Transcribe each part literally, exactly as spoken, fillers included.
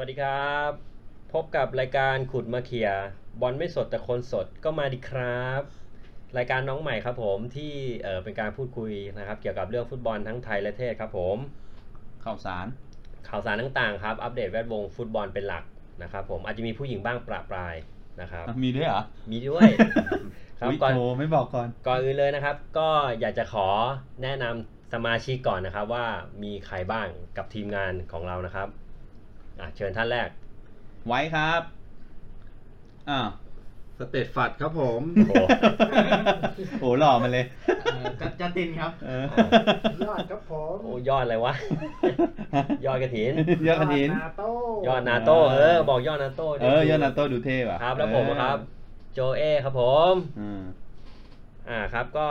วัสดีครับพบกับรายการขุดมาเขียบอลไม่สดแต่คนสดก็มาดีครับรายการน้องใหม่ครับผมที่เอ่อเป็นการพูดคุยนะครับเกี่ยวกับเรื่องฟุตบอลทั้งไทยและเทศครับผมข่าวสารข่าวสารต่างๆครับอัปเดตแวดวงฟุตบอลเป็นหลักนะครับผมอาจจะมีผู้หญิงบ้างประปรายนะครับมีด้วยเหรอมีด้วยครับก่อนโอ้ไม่บอกก่อนก่อนอื่นเลยนะครับก็อยากจะขอแนะนำสมาชิกก่อนนะครับว่ามีใครบ้างกับทีมงานของเรานะครับอ่ะเชิญท่านแรกไว้ครับอ่าสเตตฟัดครับผมโอ้โหหล่อมาเลยจัดตินครับยอดครับผมโอ้ยอดอะไรวะยอดกระถินยอดกระถินนาโต้ยอดนาโต้เออบอกยอดนาโต้เออยอดนาโต้ดูเท่ว่ะครับแล้วผมครับโจเอครับผมอืมอ่าครับก็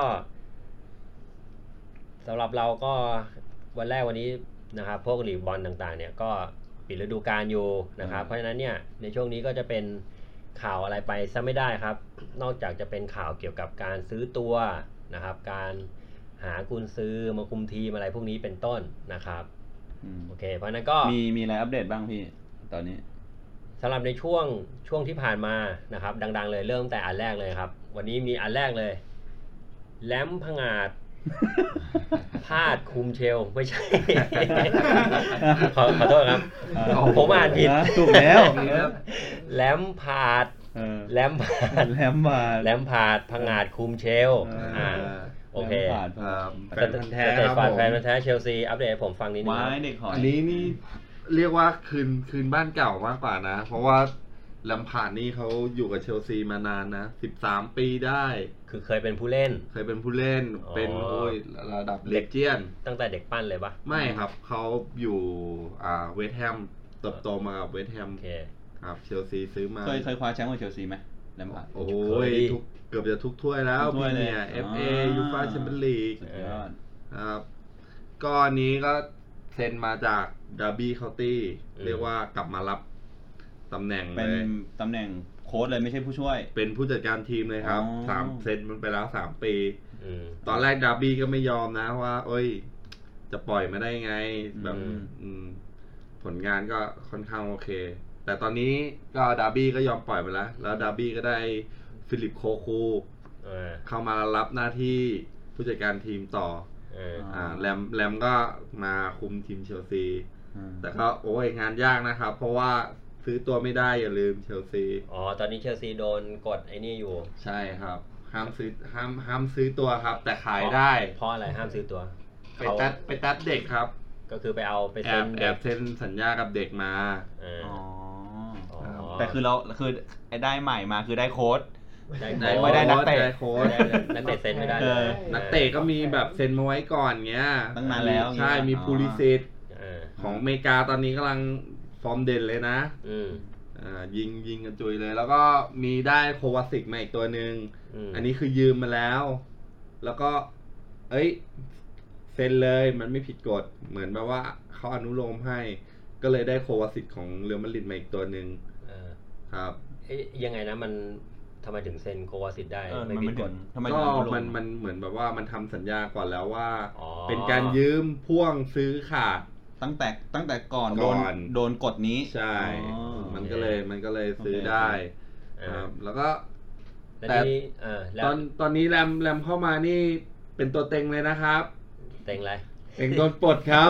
สำหรับเราก็วันแรกวันนี้นะครับพวกลีกบอลต่างๆเนี่ยก็ปิดฤดูกาลอยู่นะครับเพราะฉะนั้นเนี่ยในช่วงนี้ก็จะเป็นข่าวอะไรไปซะไม่ได้ครับนอกจากจะเป็นข่าวเกี่ยวกับการซื้อตัวนะครับการหากุนซื้อมาคุมทีมอะไรพวกนี้เป็นต้นนะครับโอเคเพราะนั้นก็มีมีอะไรอัปเดตบ้างพี่ตอนนี้สำหรับในช่วงช่วงที่ผ่านมานะครับดังๆเลยเริ่มแต่อันแรกเลยครับวันนี้มีอันแรกเลยแหลมผงาดพลาดคุมเชลไม่ใช่ขอขอโทษครับผมอ่านผิดถูกแล้วแหลมผาดแหลมผาดแหลมผาดแหลมผาดผงาดคุมเชลอ่าโอเคแฟนพันธุ์แท้ครับผมแฟนพันธุ์แท้เชลซีอัปเดตให้ผมฟังนิดนึงอันนี้นี่เรียกว่าคืนคืนบ้านเก่ามากกว่านะเพราะว่าแลมพาร์ดนี่เขาอยู่กับเชลซีมานานนะสิบสามปีได้คือเคยเป็นผู้เล่นเคยเป็นผู้เล่นเป็นโอ้ยระดับเลเจียนตั้งแต่เด็กปั้นเลยปะไม่ครับเขาอยู่อ่าเวสต์แฮมเติบโตมากับเวสต์แฮมครับเชลซีซื้อมาเคยเคยคว้าแชมป์กับเชลซีไหมแลมพาร์ดโอ้ยเกือบจะทุกถ้วยแล้วพรีเมียร์ เอฟ เอ ยูฟ่าแชมเปี้ยนส์ลีกครับก็อันนี้ก็เซ็นมาจากดาร์บี้เคานตี้เรียกว่ากลับมารับตำแหน่งเป็นตำแหน่งโค้ชเลยไม่ใช่ผู้ช่วยเป็นผู้จัดการทีมเลยครับสามเซ็นมันไปแล้วสามปีตอนแรกดาร์บี้ก็ไม่ยอมนะว่าเอ้ยจะปล่อยมาได้ไงแบบผลงานก็ค่อนข้างโอเคแต่ตอนนี้ก็ดาร์บี้ก็ยอมปล่อยไปแล้วแล้วดาร์บี้ก็ได้ฟิลิปโคคูเข้ามารับหน้าที่ผู้จัดการทีมต่ออ่าแรมแรมก็มาคุมทีมเชลซีแต่ก็โอ้ยงานยากนะครับเพราะว่าซื้อตัวไม่ได้อย่าลืมเชลซีอ๋อตอนนี้เชลซีโดนกดไอ้นี่อยู่ใช่ครับห้ามซื้อห้ามห้ามซื้อตัวครับแต่ขายได้เพราะอะไรห้ามซื้อตัวไปตัดไปตัดเด็กครับก็คือไปเอาไปเซ็นแอบเซ็นสัญญากับเด็กมาอ๋อแต่คือเราคือไอ้ได้ใหม่มาคือได้โค้ดไม่ได้นักเตะนักเตะเซ็นไม่ได้นักเตะก็มีแบบเซ็นมาไว้ก่อนเงี้ยตั้งนานแล้วใช่มีพูลิซิตของอเมริกาตอนนี้กำลังฟอร์มเด่นเลยนะอ่ายิงยิงกันจุยเลยแล้วก็มีได้โควาซิกมาอีกตัวหนึ่งอันนี้คือยืมมาแล้วแล้วก็เอ้ยเซ็นเลยมันไม่ผิดกฎเหมือนแบบว่าเขาอนุโลมให้ก็เลยได้โควาซิกของเรอัลมาดริดมาอีกตัวหนึ่งครับเอ๊ยยังไงนะมันทำไมถึงเซ็นโควาซิกได้ไม่ผิดกฎก็มันมันเหมือนแบบว่ามันทำสัญญาก่อนแล้วว่าเป็นการยืมพ่วงซื้อขาดตั้งแต่ตั้งแต่ก่อนโดนโดนกฎนี้ใช่มันก็เลยมันก็เลยซื้อได้ครับแล้วก็แต่ตอนตอนนี้แรมแรมเข้ามานี่เป็นตัวเต็งเลยนะครับเต็งอะไรเต็งโดนปลดครับ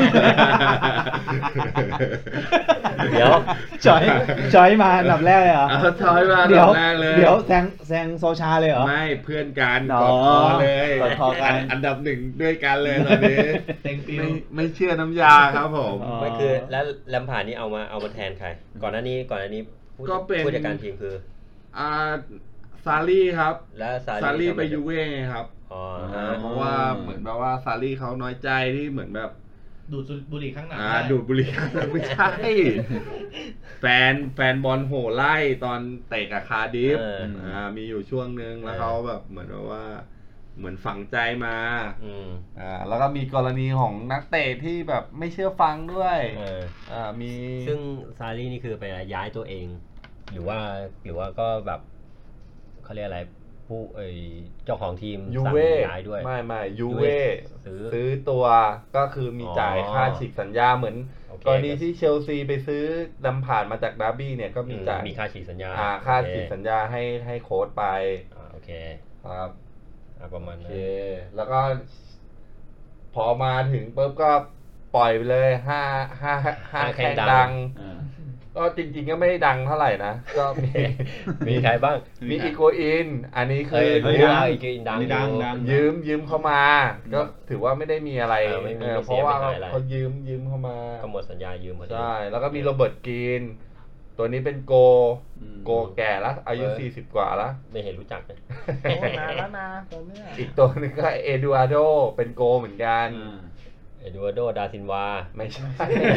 เดี๋ยวจอยจอยมาอันดับแรกเลยเหรอจอยมาอันดับแรกเลยเดี๋ยวแซงแซงโซชาเลยเหรอไม่เพื่อนกันกอดคอเลยกอดคอกันอันดับหนึ่งด้วยกันเลยตอนนี้ไม่ไม่เชื่อน้ำยาครับผมไม่คือแล้วแลมพาร์ดนี่เอามาเอามาแทนใครก่อนหน้านี้ก่อนหน้านี้ผู้จัดการทีมคืออ่าซารี่ครับแล้วซารี่ไปยูเว่ไงครับเพราะว่าเหมือนแบบว่าซารี่เขาน้อยใจที่เหมือนแบบดูดบุหรี่ข้างหลังอ่าดูดบุหรี่ข้างหลังไม่ใช่แฟนแฟนบอลโหไล่ตอนเตะกับคาร์ดิฟอ่ามีอยู่ช่วงนึงแล้วเขาแบบเหมือนว่าเหมือนฝังใจมาอ่าแล้วก็มีกรณีของนักเตะที่แบบไม่เชื่อฟังด้วยอ่ามีซึ่งซารี่นี่คือไปย้ายตัวเองหรือว่าหรือว่าก็แบบเขาเรียกอะไรผู้เอ่ยเจ้าของทีมยูสั่งเว่ย้ายด้วยไม่ไม่ยูยูเว่เว่ซื้อซื้อตัวก็คือมีจ่ายอ๋อค่าฉีกสัญญาเหมือนโอเคกรณีที่เชลซีไปซื้อลำผ่านมาจากดาร์บี้เนี่ยก็มีจ่ายมีค่าฉีกสัญญาอ่าค่าโอเคฉีกสัญญาให้ให้โค้ชไปอ่าโอเคครับอ่าประมาณโอนั้เคน แล้วก็พอมาถึงปุ๊บก็ปล่อยไปเลยห้าห้าห้าแข่งดังอ่าก็จริงๆก็ไม่ได้ดังเท่าไหร่นะ ก็มีมีใครบ้างมีอีโกอิน อันนี้คืเฮ้อยเฮ้ยยืมอีกอินดังนี่ดังดังยืมยืมเข้ามา ก็ถือว่าไม่ได้มีอะไรเออไม่มีเออไม่เพเสียราะว่าไม่หายอะไรเขายืมยืมเข้ามาก็หมดสัญญายืมพอดีใช่ แล้วก็มีโรเบิร์ตกรีน ตัวนี้เป็นโกอืมโกแก่แล้ว อายุเออสี่สิบกว่าแล้วไม่เห็นรู้จักเลยโอ้นานแล้วนะตัวเนี้ยอีกตัวหนึงก็เอดูอาร์โด เป็นโกเหมือนกันอ่าเอดูอาร์โด ดาซินวาไม่ใช่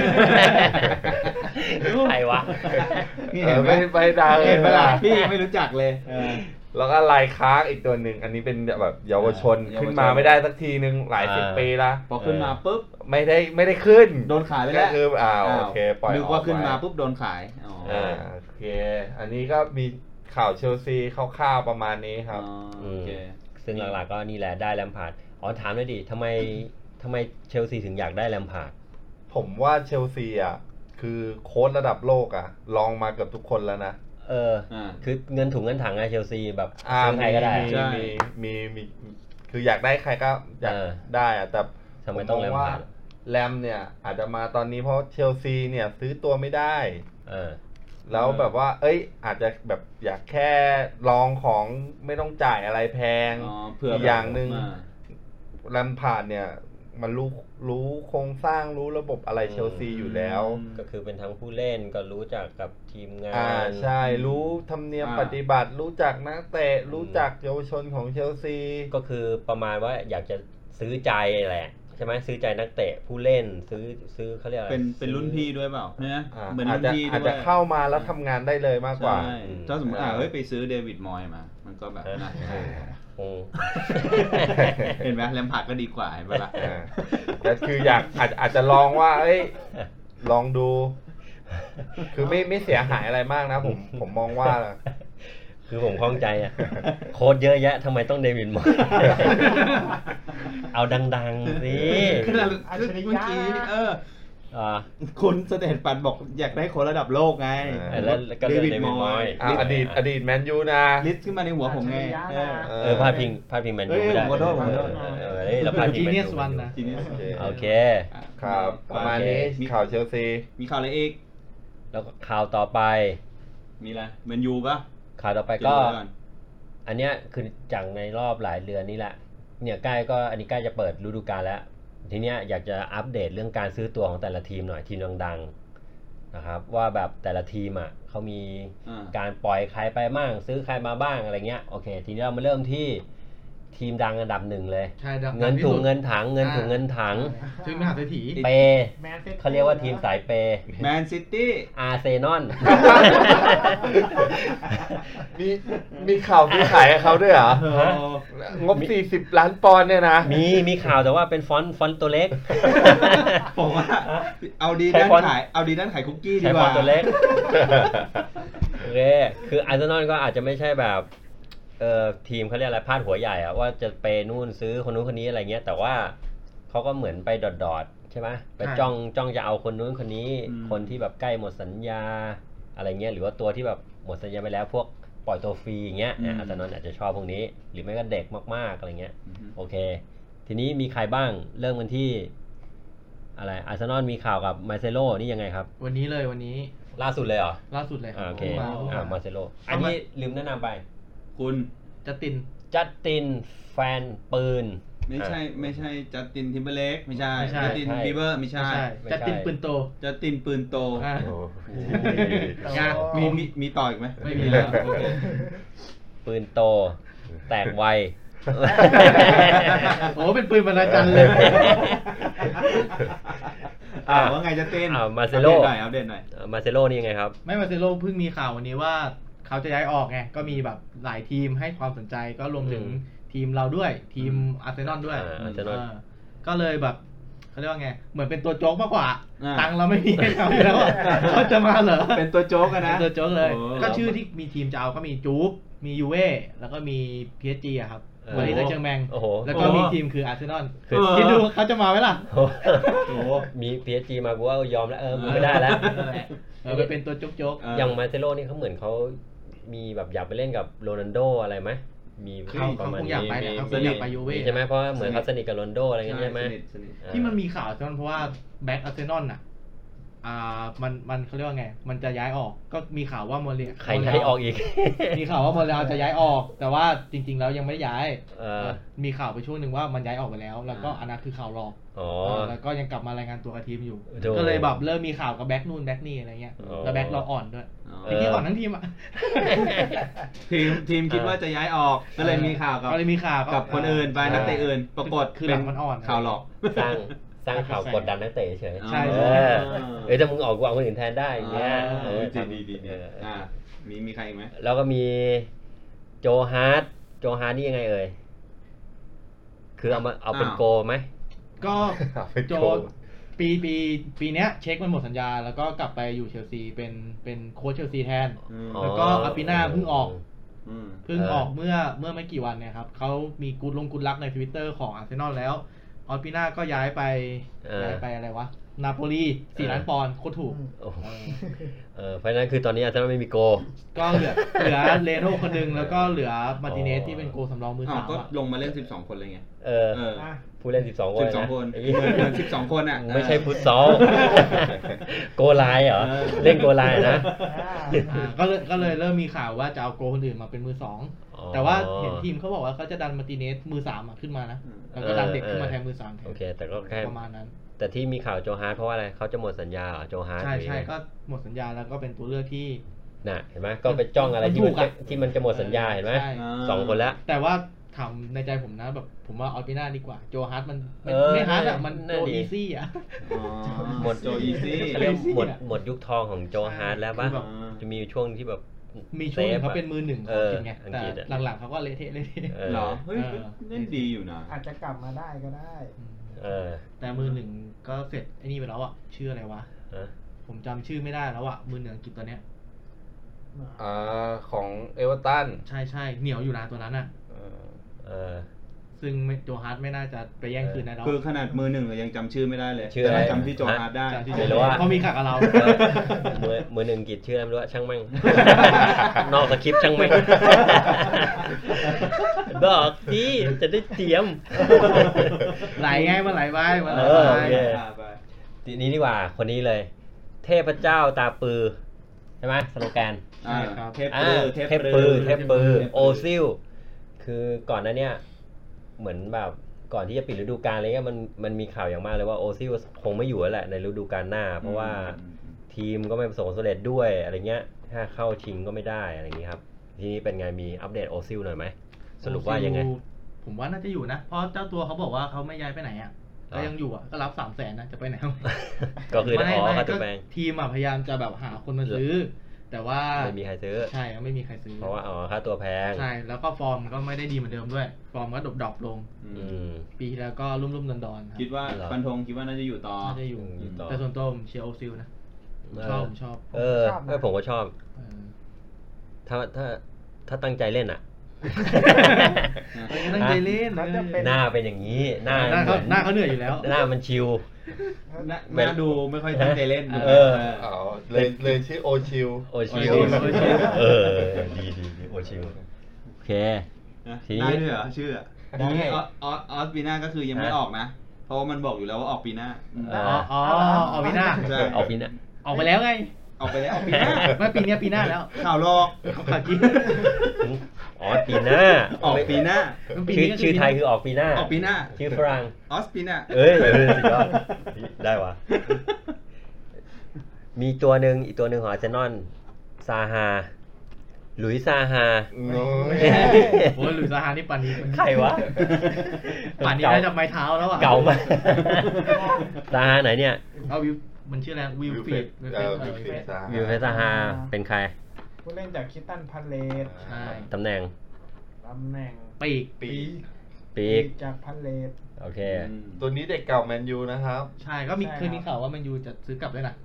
ใครวะนี่เอเห็อนไหมไม่ไม่ดังเห็นไหมล่ะไม่พี่ดังไม่รู้จักเลยเออแล้วก็ลายค้างอีกตัวหนึ่ง อันนี้เป็นแบบเยาวชนอ่าเยาวชนขึ้นมาไม่ได้สักทีนึงหลายสิบอ่าปีละพอขึ้นมาปุ๊บไม่ได้ไม่ได้ขึ้นโดนขายไปก็แล้วคืออ่าโอเคปล่อยนึกออว่าก ขึ้นไมาปุ๊บโดนขายอ๋ออ่าโอเค อันนี้ก็มีข่าวเชลซีคร่าวๆประมาณนี้ครับอ๋อโอเคซึ่งหลักๆก็นี่แหละได้แลมพาร์ดอ๋อถามเลยดิทำไมทำไมเชลซีถึงอยากได้แลมพาร์ดผมว่าเชลซีอ่ะคือโค้ชระดับโลกอ่ะ ลองมาเกือบทุกคนแล้วนะเอออ่าคือเงินถุงเงินถังไงเชลซีแบบอ่าซื้อใครก็ได้มีใช่มีมีมีมีคืออยากได้ใครก็อยากเออได้อะแต่ทำไมต้องผแลมว่าพาร์ดแรมเนี่ยอาจจะมาตอนนี้เพราะเชลซีเนี่ยซื้อตัวไม่ได้เออแล้วแบบว่า เอ้ย อาจจะแบบอยากแค่ลองของไม่ต้องจ่ายอะไรแพงอ๋อเผื่ออีกอย่างหนึ่งอ่าแรมพาร์ดเนี่ย มันรู้รู้โครงสร้างรู้ระบบอะไรเชลซีอยู่แล้วก็คือเป็นทั้งผู้เล่นก็รู้จักกับทีมงานอ่าใช่รู้ธรรมเนียมอ่าปฏิบัติ รู้จักนักเตะรู้จักเยาวชนของเชลซีก็คือประมาณว่าอยากจะซื้อใจแหละใช่ไหมซื้อใจนักเตะผู้เล่นซื้อซื้อเขาเรียกอะไรเป็นเป็นรุ่นพี่ด้วยเปล่าใช่ไหมอ่าเหมือนอาจรุ่นจะพี่ด้วยอาจจะเข้ามาแล้วทำงานได้เลยมากกว่าใช่อืมถ้าสมมติอ่าอ่าเฮ้ยไปซื้อเดวิดมอยมา มันก็แบบนะเออ โอ้เห็นไหมแลมพาร์ดก็ดีกว่าเห็นปะล่ะอ่าแต่คืออยากอาจอาจจะลองว่า เอ้ย ลองดู คือไม่ไม่เสียหายอะไรมากนะ ผมผมมองว่าคือผมข้องใจอ่ะ โค้ดเยอะแยะทำไมต้องเดวิดมอย เอาดังๆสิขนาดอัจฉริยะเมื่อกี้เอออ่าคุณสเตทปันบอกอยากได้คนระดับโลกไงอ่าแล้วก็เลือกเดวิดมอยอ่าอดีตอดีตแมนยูนะลิสต์ขึ้นมาในหัวผมไงอัจฉริยะนะเออเออพลาดพิงพลาดพิงแมนยูไม่ได้เอ้ยผมขอโทษผมขอโทษเออเออเฮ้ยเราพลาดพิงแมนยู Genius One นะทีนี้โอเคโอเคครับ ประมาณนี้มีข่าวเชลซีมีข่าวอะไรอีกแล้วก็ข่าวต่อไปมีอะไรแมนยูปะข่าวต่อไปก็เยวดูอนอันเนี้ยคือจากในรอบหลายเดือนนี่แหละ เนี่ยใกล้ก็อันนี้ใกล้จะเปิดฤดูกาลแล้ว ทีเนี้ยอยากจะอัปเดตเรื่องการซื้อตัวของแต่ละทีมหน่อยทีมดังๆนะครับว่าแบบแต่ละทีมอ่ะเขามีอ่าการปล่อยใครไปบ้างซื้อใครมาบ้างอะไรเงี้ยโอเค ทีนี้เรามาเริ่มที่ทีมดังอันดับหนึ่งเลยใช่ดังเงินที่ถุสุงดเงินถังเงินถุงเงินถังซึ่งมหาเศรษฐีเปแมนซิตี้เขาเรียกว่าทีมสายเปแมนซิตี้อาร์เซนอลมีมีข่าวซื้อขายกับเขาด้วยเหรอฮะงบสี่สิบล้านปอนด์เนี่ยนะมีมีข่าวแต่ว่าเป็นฟอนต์ฟอนต์ตัวเล็กผมว่าเอาดีใช้ด้านฟอนต์ขายเอาดีด้านขายคุกกี้ดีใช้กฟอว่านต์ตัวเล็ก โอเค คืออาร์เซนอลก็อาจจะไม่ใช่แบบเอ่อทีมเขาเรียกอะไรพาดหัวใหญ่อะว่าจะไปนู่นซื้อคนนู้นคนนี้อะไรเงี้ย แต่ว่าเขาก็เหมือนไปดอดๆใช่ไหมไปจ้องจ้องจะเอาคนนู้นคนนี้ คนที่แบบใกล้หมดสัญญาอะไรเงี้ยหรือว่าตัวที่แบบหมดสัญญาไปแล้วพวกปล่อยตัวฟรีอย่างเงี้ยเนี่ยอาร์เซนอลอาจจะชอบพวกนี้ หรือไม่ก็เด็กมากๆอะไรเงี้ยอือฮึโอเค ทีนี้มีใครบ้างเริ่มกันที่อะไรอาร์เซนอลมีข่าวกับมาเซโลนี่ยังไงครับวันนี้เลยวันนี้ล่าสุดเลยเหรอล่าสุดเลยอ่าโอเคมาอ่ามาเซโลอันนี้ลืมแนะนำไปคุณจะตินจัสตินแฟนปืนไม่ใช่ไม่ใช่จัสตินทิมเบอร์เลกไม่ใช่ไม่ใช่จัสตินใช่บีเบอร์ไม่ใช่ไม่ใช่ไม่ใช่จะตินปืนโตจัสตินปืนโตอ่าโอ้ยากมีมีมีต่ออีกไหมไม่มีแล้วโอเคปืนโต แตกไวโอ้เป็นปืนบรรณาจันทร์เลยอ่าว่าไงจัสตินอ่ามาเซโลอัปเดตหน่อยอัปเดตหน่อยมาเซโลนี่ยังไงครับไม่มาเซโลเพิ่งมีข่าววันนี้ว่าเขาจะย้ายออกไงก็มีแบบหลายทีมให้ความสนใจก็รวมถึงอืมทีมเราด้วยทีมอาร์เซนอลด้วยอ่าอาร์เซนอลเออก็เลยแบบเขาเรียกว่าไงเหมือนเป็นตัวโจ๊กมากกว่าอ่าตังค์เราไม่มีให้เขาอยู่แล้วอะเขาจะมาเหรอเป็นตัวโจ๊กอะนะเป็นตัวโจ๊กเลยโอ้ก็ชื่อที่มีทีมจะเอาก็มีจู๊บมียูเว่แล้วก็มี พี เอส จี อะครับปารีสแซงต์แชร์แมงโอ้โหแล้วก็มีทีมคืออาร์เซนอลคือคิดดูเขาจะมาไหมล่ะโอ้โหมี พี เอส จี มากูว่ายอมแล้วเออมึงไม่ได้แล้วเออไปเป็นตัวโจ๊กเอออย่างมาเซโลนี่เขาเหมือนเขามีแบบอยากไปเล่นกับโรนัลโดอะไรไหมมีๆข่าเขาวประมาณเขาคงอยากนี้ไปแหละเขาคสงนิอทยากไปยูเว่ใช่ไหมเพราะว่าเหมือนเขาสนิทกับโรนัลโดอะไรเงี้ยใช่ไหมสนิทสนิทอ่าที่มันมีข่าวอาร์เซนอลเพราะว่าแบ็กอาร์เซนอลน่ะอ่ามันมันเขาเรียกว่าไงมันจะย้ายออกก็มีข่าวว่าโมเรียใครย้ายออกอีกมีข่าวว่าโมเรียจะย้ายออก แต่ว่าจริงๆแล้วยังไม่ได้ย้ายเออมีข่าวไปช่วงหนึ่งว่ามันย้ายออกไปแล้ว แล้วก็อันนั้นคือข่าวหลอกอ๋อแล้วก็ยังกลับมารายงานตัวกับทีมอยู่โถ่ก็เลยแบบเริ่มมีข่าวกับแบ็กนู่นแบ็กนี่อะไรเงี้ยอ๋อแล้วแบ็กเราอ่อนด้วยอ๋อจริงๆอ่อนทั้งทีมอ่ะทีมทีมคิดว่าจะย้ายออกก็เลยมีข่าวกับก็เลยมีข่าวกับคนอื่นไปนักเตะอื่น ปรากฏคือหลังมันอ่อนข่าวหลอกสร้างสร้างข่าวกดดันนักเตะเฉยใช่เอใช่อเอ้ยถ้ามึงออกกูเอาคนอื่นแทนได้อย่างเงี้ยอ่าเออดีดีดีดีเอออ่ามีมีใครอีกไหมแล้วก็มีโจฮาร์ดโจฮาร์ดนี่ยังไงเอ่ยคือเอามาเอาเป็นโกไหมก็เป็นโจโกปีปีปีเนี้ยเช็คมันหมดสัญญา แล้วก็กลับไปอยู่เชลซีเป็นเป็นโค้ชเชลซีแทนอืมอ๋อแล้วก็อาปิน่าเพิ่งออกอืมเพิ่งเออออกเมื่อเมื่อไม่กี่วันเนี่ยครับเขามีกูดลงกูดลักในทวิตเตอร์ของอาร์เซนอลแล้วออสปิน่าก็ย้ายไปเออย้ายไปอะไรวะนาโปลีสี่ล้านปอนด์โคตรถูกโอ้โหเออเออเพราะฉะนั้นคือตอนนี้อาร์เซนอลไม่มีโกก็เหลือเหลือเลโน่คนหนึงแล้วก็เหลือมาร์ติเนสที่เป็นโกสำรองมืออ้าวสามก็อะลงมาเล่นสิบสองคนเลยไงเออเอออ่ะผู้เล่นสิบสองคนสิบสองคนไอ้เหเหี้ยมือนเหมือนสิบสองคนอ่ะไม่ใช่ฟุตซอล โกไลน์เหรอเออเล่นโกไลน์นะอ่าก็เลยก็เลยเริ่มมีข่าวว่าจะเอาโกคนอื่นมาเป็นมือสองอ๋อแต่ว่าเห็นทีมเขาบอกว่าเขาจะดันมาร์ติเนสมือสามอะขึ้นมานะแล้วก็ดันเด็กขึ้นมาแทนมือสามแทนโอเค แต่ก็แค่ประมาณนั้นแต่ที่มีข่าวโจฮาร์ดเพราะว่าอะไรเขาจะหมดสัญญาเหรอโจฮาร์ดใช่หรือใช่ยังไงก็หมดสัญญาแล้วก็เป็นตัวเลือกที่น่ะเห็นไหมก็ไปจ้องอะไรที่ถูมันกจะอะที่มันจะหมดสัญญาเห็นไหมใช่สองคนแล้วแต่ว่าถามในใจผมนะแบบผมว่าออสปิน่าดีกว่า โจฮาร์ดมันไม่เออไม่ฮาร์ดอะมันน่าโจดีอีซี่อะอ๋อหมดโจอีซี่เขาเรียก Easy หมดอะหมดยุคทองของโจฮาร์ดแล้วปะคือแบบจะมีช่วงที่แบบมีช่วงหนึงเขาซฟอะเป็นมือหนึ่งขเอองอทีมไงอังแต่กฤษอะหลังๆเขาก็เละเทะเละเทะเออเหรอ เฮ้ยเออเล่นดีอยู่นะอาจจะกลับมาได้ก็ได้เออแต่มือหนึ่งก็เสร็จไอ้นี่ไปแล้วอะชื่ออะไรวะฮะผมจำชื่อไม่ได้แล้วอะมือหนึ่งอังกฤษตัวเนี้ยอ่าของเอเวอร์ตันใช่ใช่เหนียวอยู่นะตัวนั้นอะเออซึ่งไม่โจฮาร์ดไม่น่าจะไปแย่งคืนได้แล้วคือขนาดมือหนึ่งยังจำชื่อไม่ได้เลยชื่ออะไรแต่จำที่โจฮาร์ดได้จำที่ไม่รู้ว่าเขามีขักกับเราเออมือมือหนึ่งอังกฤษชื่ออะไรไม่รู้อะช่างแม่ง นอกสคริปต์ช่างแม่ง บอกดิจะได้เตรียมไหลไงมันไหลไปมันไหลเออไปโอเคไปทีนี้ดีกว่าคนนี้เลย เทพเจ้าตาปือ ใช่ไหมสโลแกนอ่าครับเทปอ่าปือเทพปือเทพปือเทพโอซิลคือก่อนหน้าเนี้ยเหมือนแบบก่อนที่จะปิดฤดูกาลอะไรเงี้ยมันมันมีข่าวอย่างมากเลยว่าโอซิลคงไม่อยู่แล้วแหละในฤดูกาลหน้า เพราะว่าทีมก็ไม่ประสบความสำเร็จด้วยอะไรเงี้ยถ้าเข้าชิงก็ไม่ได้อะไรอย่างงี้ครับทีนี้เป็นไงมีอัปเดตโอซิลหน่อยไหมสรุปว่ายังไงผมว่าน่าจะอยู่นะ เพราะเจ้าตัวเขาบอกว่าเขาไม่ย้ายไปไหนอ่ะอ่าก็ยังอยู่อ่ะ ก็รับสามแสนนะ จะไปไหนก็คือไม่อ๋อไม่ค่าตัก็วแปลงทีมอ่ะพยายามจะแบบหาคนมาซื้อ แต่ว่าไม่มีใครซื้อใช่ไม่มีใครซื้อเพราะว่าอ๋อค่าตัวแพงใช่ แล้วก็ฟอร์มก็ไม่ได้ดีเหมือนเดิมด้วย ฟอร์มก็ดรอปๆลงอือืมมปีที่แล้วก็รุ่มๆดอนๆครับคิดว่าเหรอฟันธงคิดว่าน่าจะอยู่ต่อน่าจะอยู่อยู่ต่อแต่ส่วนตัวผมเชียร์โอซิลนะผมชอบผมชอบเออชอบนะเออผมก็ชอบเออถ้าถ้าถ้าตั้งใจเล่นอ่ะเออตั้งใจเล่นแล้วจะเป็นหน้าเป็นอย่างนี้ หน้าหน้าเขาหน้าเขาเหนื่อยอยู่แล้วหน้ามันชิวน่าน่าดูไม่ค่อยตั้งใจเล่นเอออ๋อเลยเลยชื่อโอชิลโอชิวโอชิวโอชิวเออ ดีดีดีโอชิว โอเคนะทีนี้ได้ด้วยเหรอชื่ออะได้ออสออสออสปีหน้าก็คือยังไม่ฮะออกนะ เพราะว่ามันบอกอยู่แล้วว่าออกปีหน้าอืมเออ๋ออ๋อออกปีหน้าใช่เอาปีหน้าออกไปแล้วไงออกไปแล้วออกปีหน้าไม่ปีเนี้ยปีหน้าแล้วข่าวหลอกข่าวจริงอ๋อปีหน้าออกปีหน้าปีชื่อนี้ก็คือชื่อไทยคือออกปีหน้าออกปีหน้าชื่อฝรั่งออสปีหน้าเอ้ยเออสุดยอดได้วะมีตัวหนึ่งอีกตัวหนึ่งของอาร์เซนอลซาฮาหลุยส์ซาฮาโน้ยโอ้ยหลุยส์ซาฮานี่ป่านนี้ใครวะป่านนี้น่าจะไม้เท้าแล้วอ่ะเก่ามากซาฮาไหนเนี่ยเอาวิวมันชื่ออะไรวิวฟีดวิวเอฟีอดวิวฟิตซาวิวเฟซาฮาเป็นใครผู้เล่นจากคิตตันพาเลสใช่ตำแหน่งตำแหน่งปีกปีปีกจากพาเลสโอเคตัวนี้เด็กเก่าแมนยูนะครับใช่ก็มีใช่เคยมีครับข่าวว่ามันยูจะซื้อกลับด้วยนะเ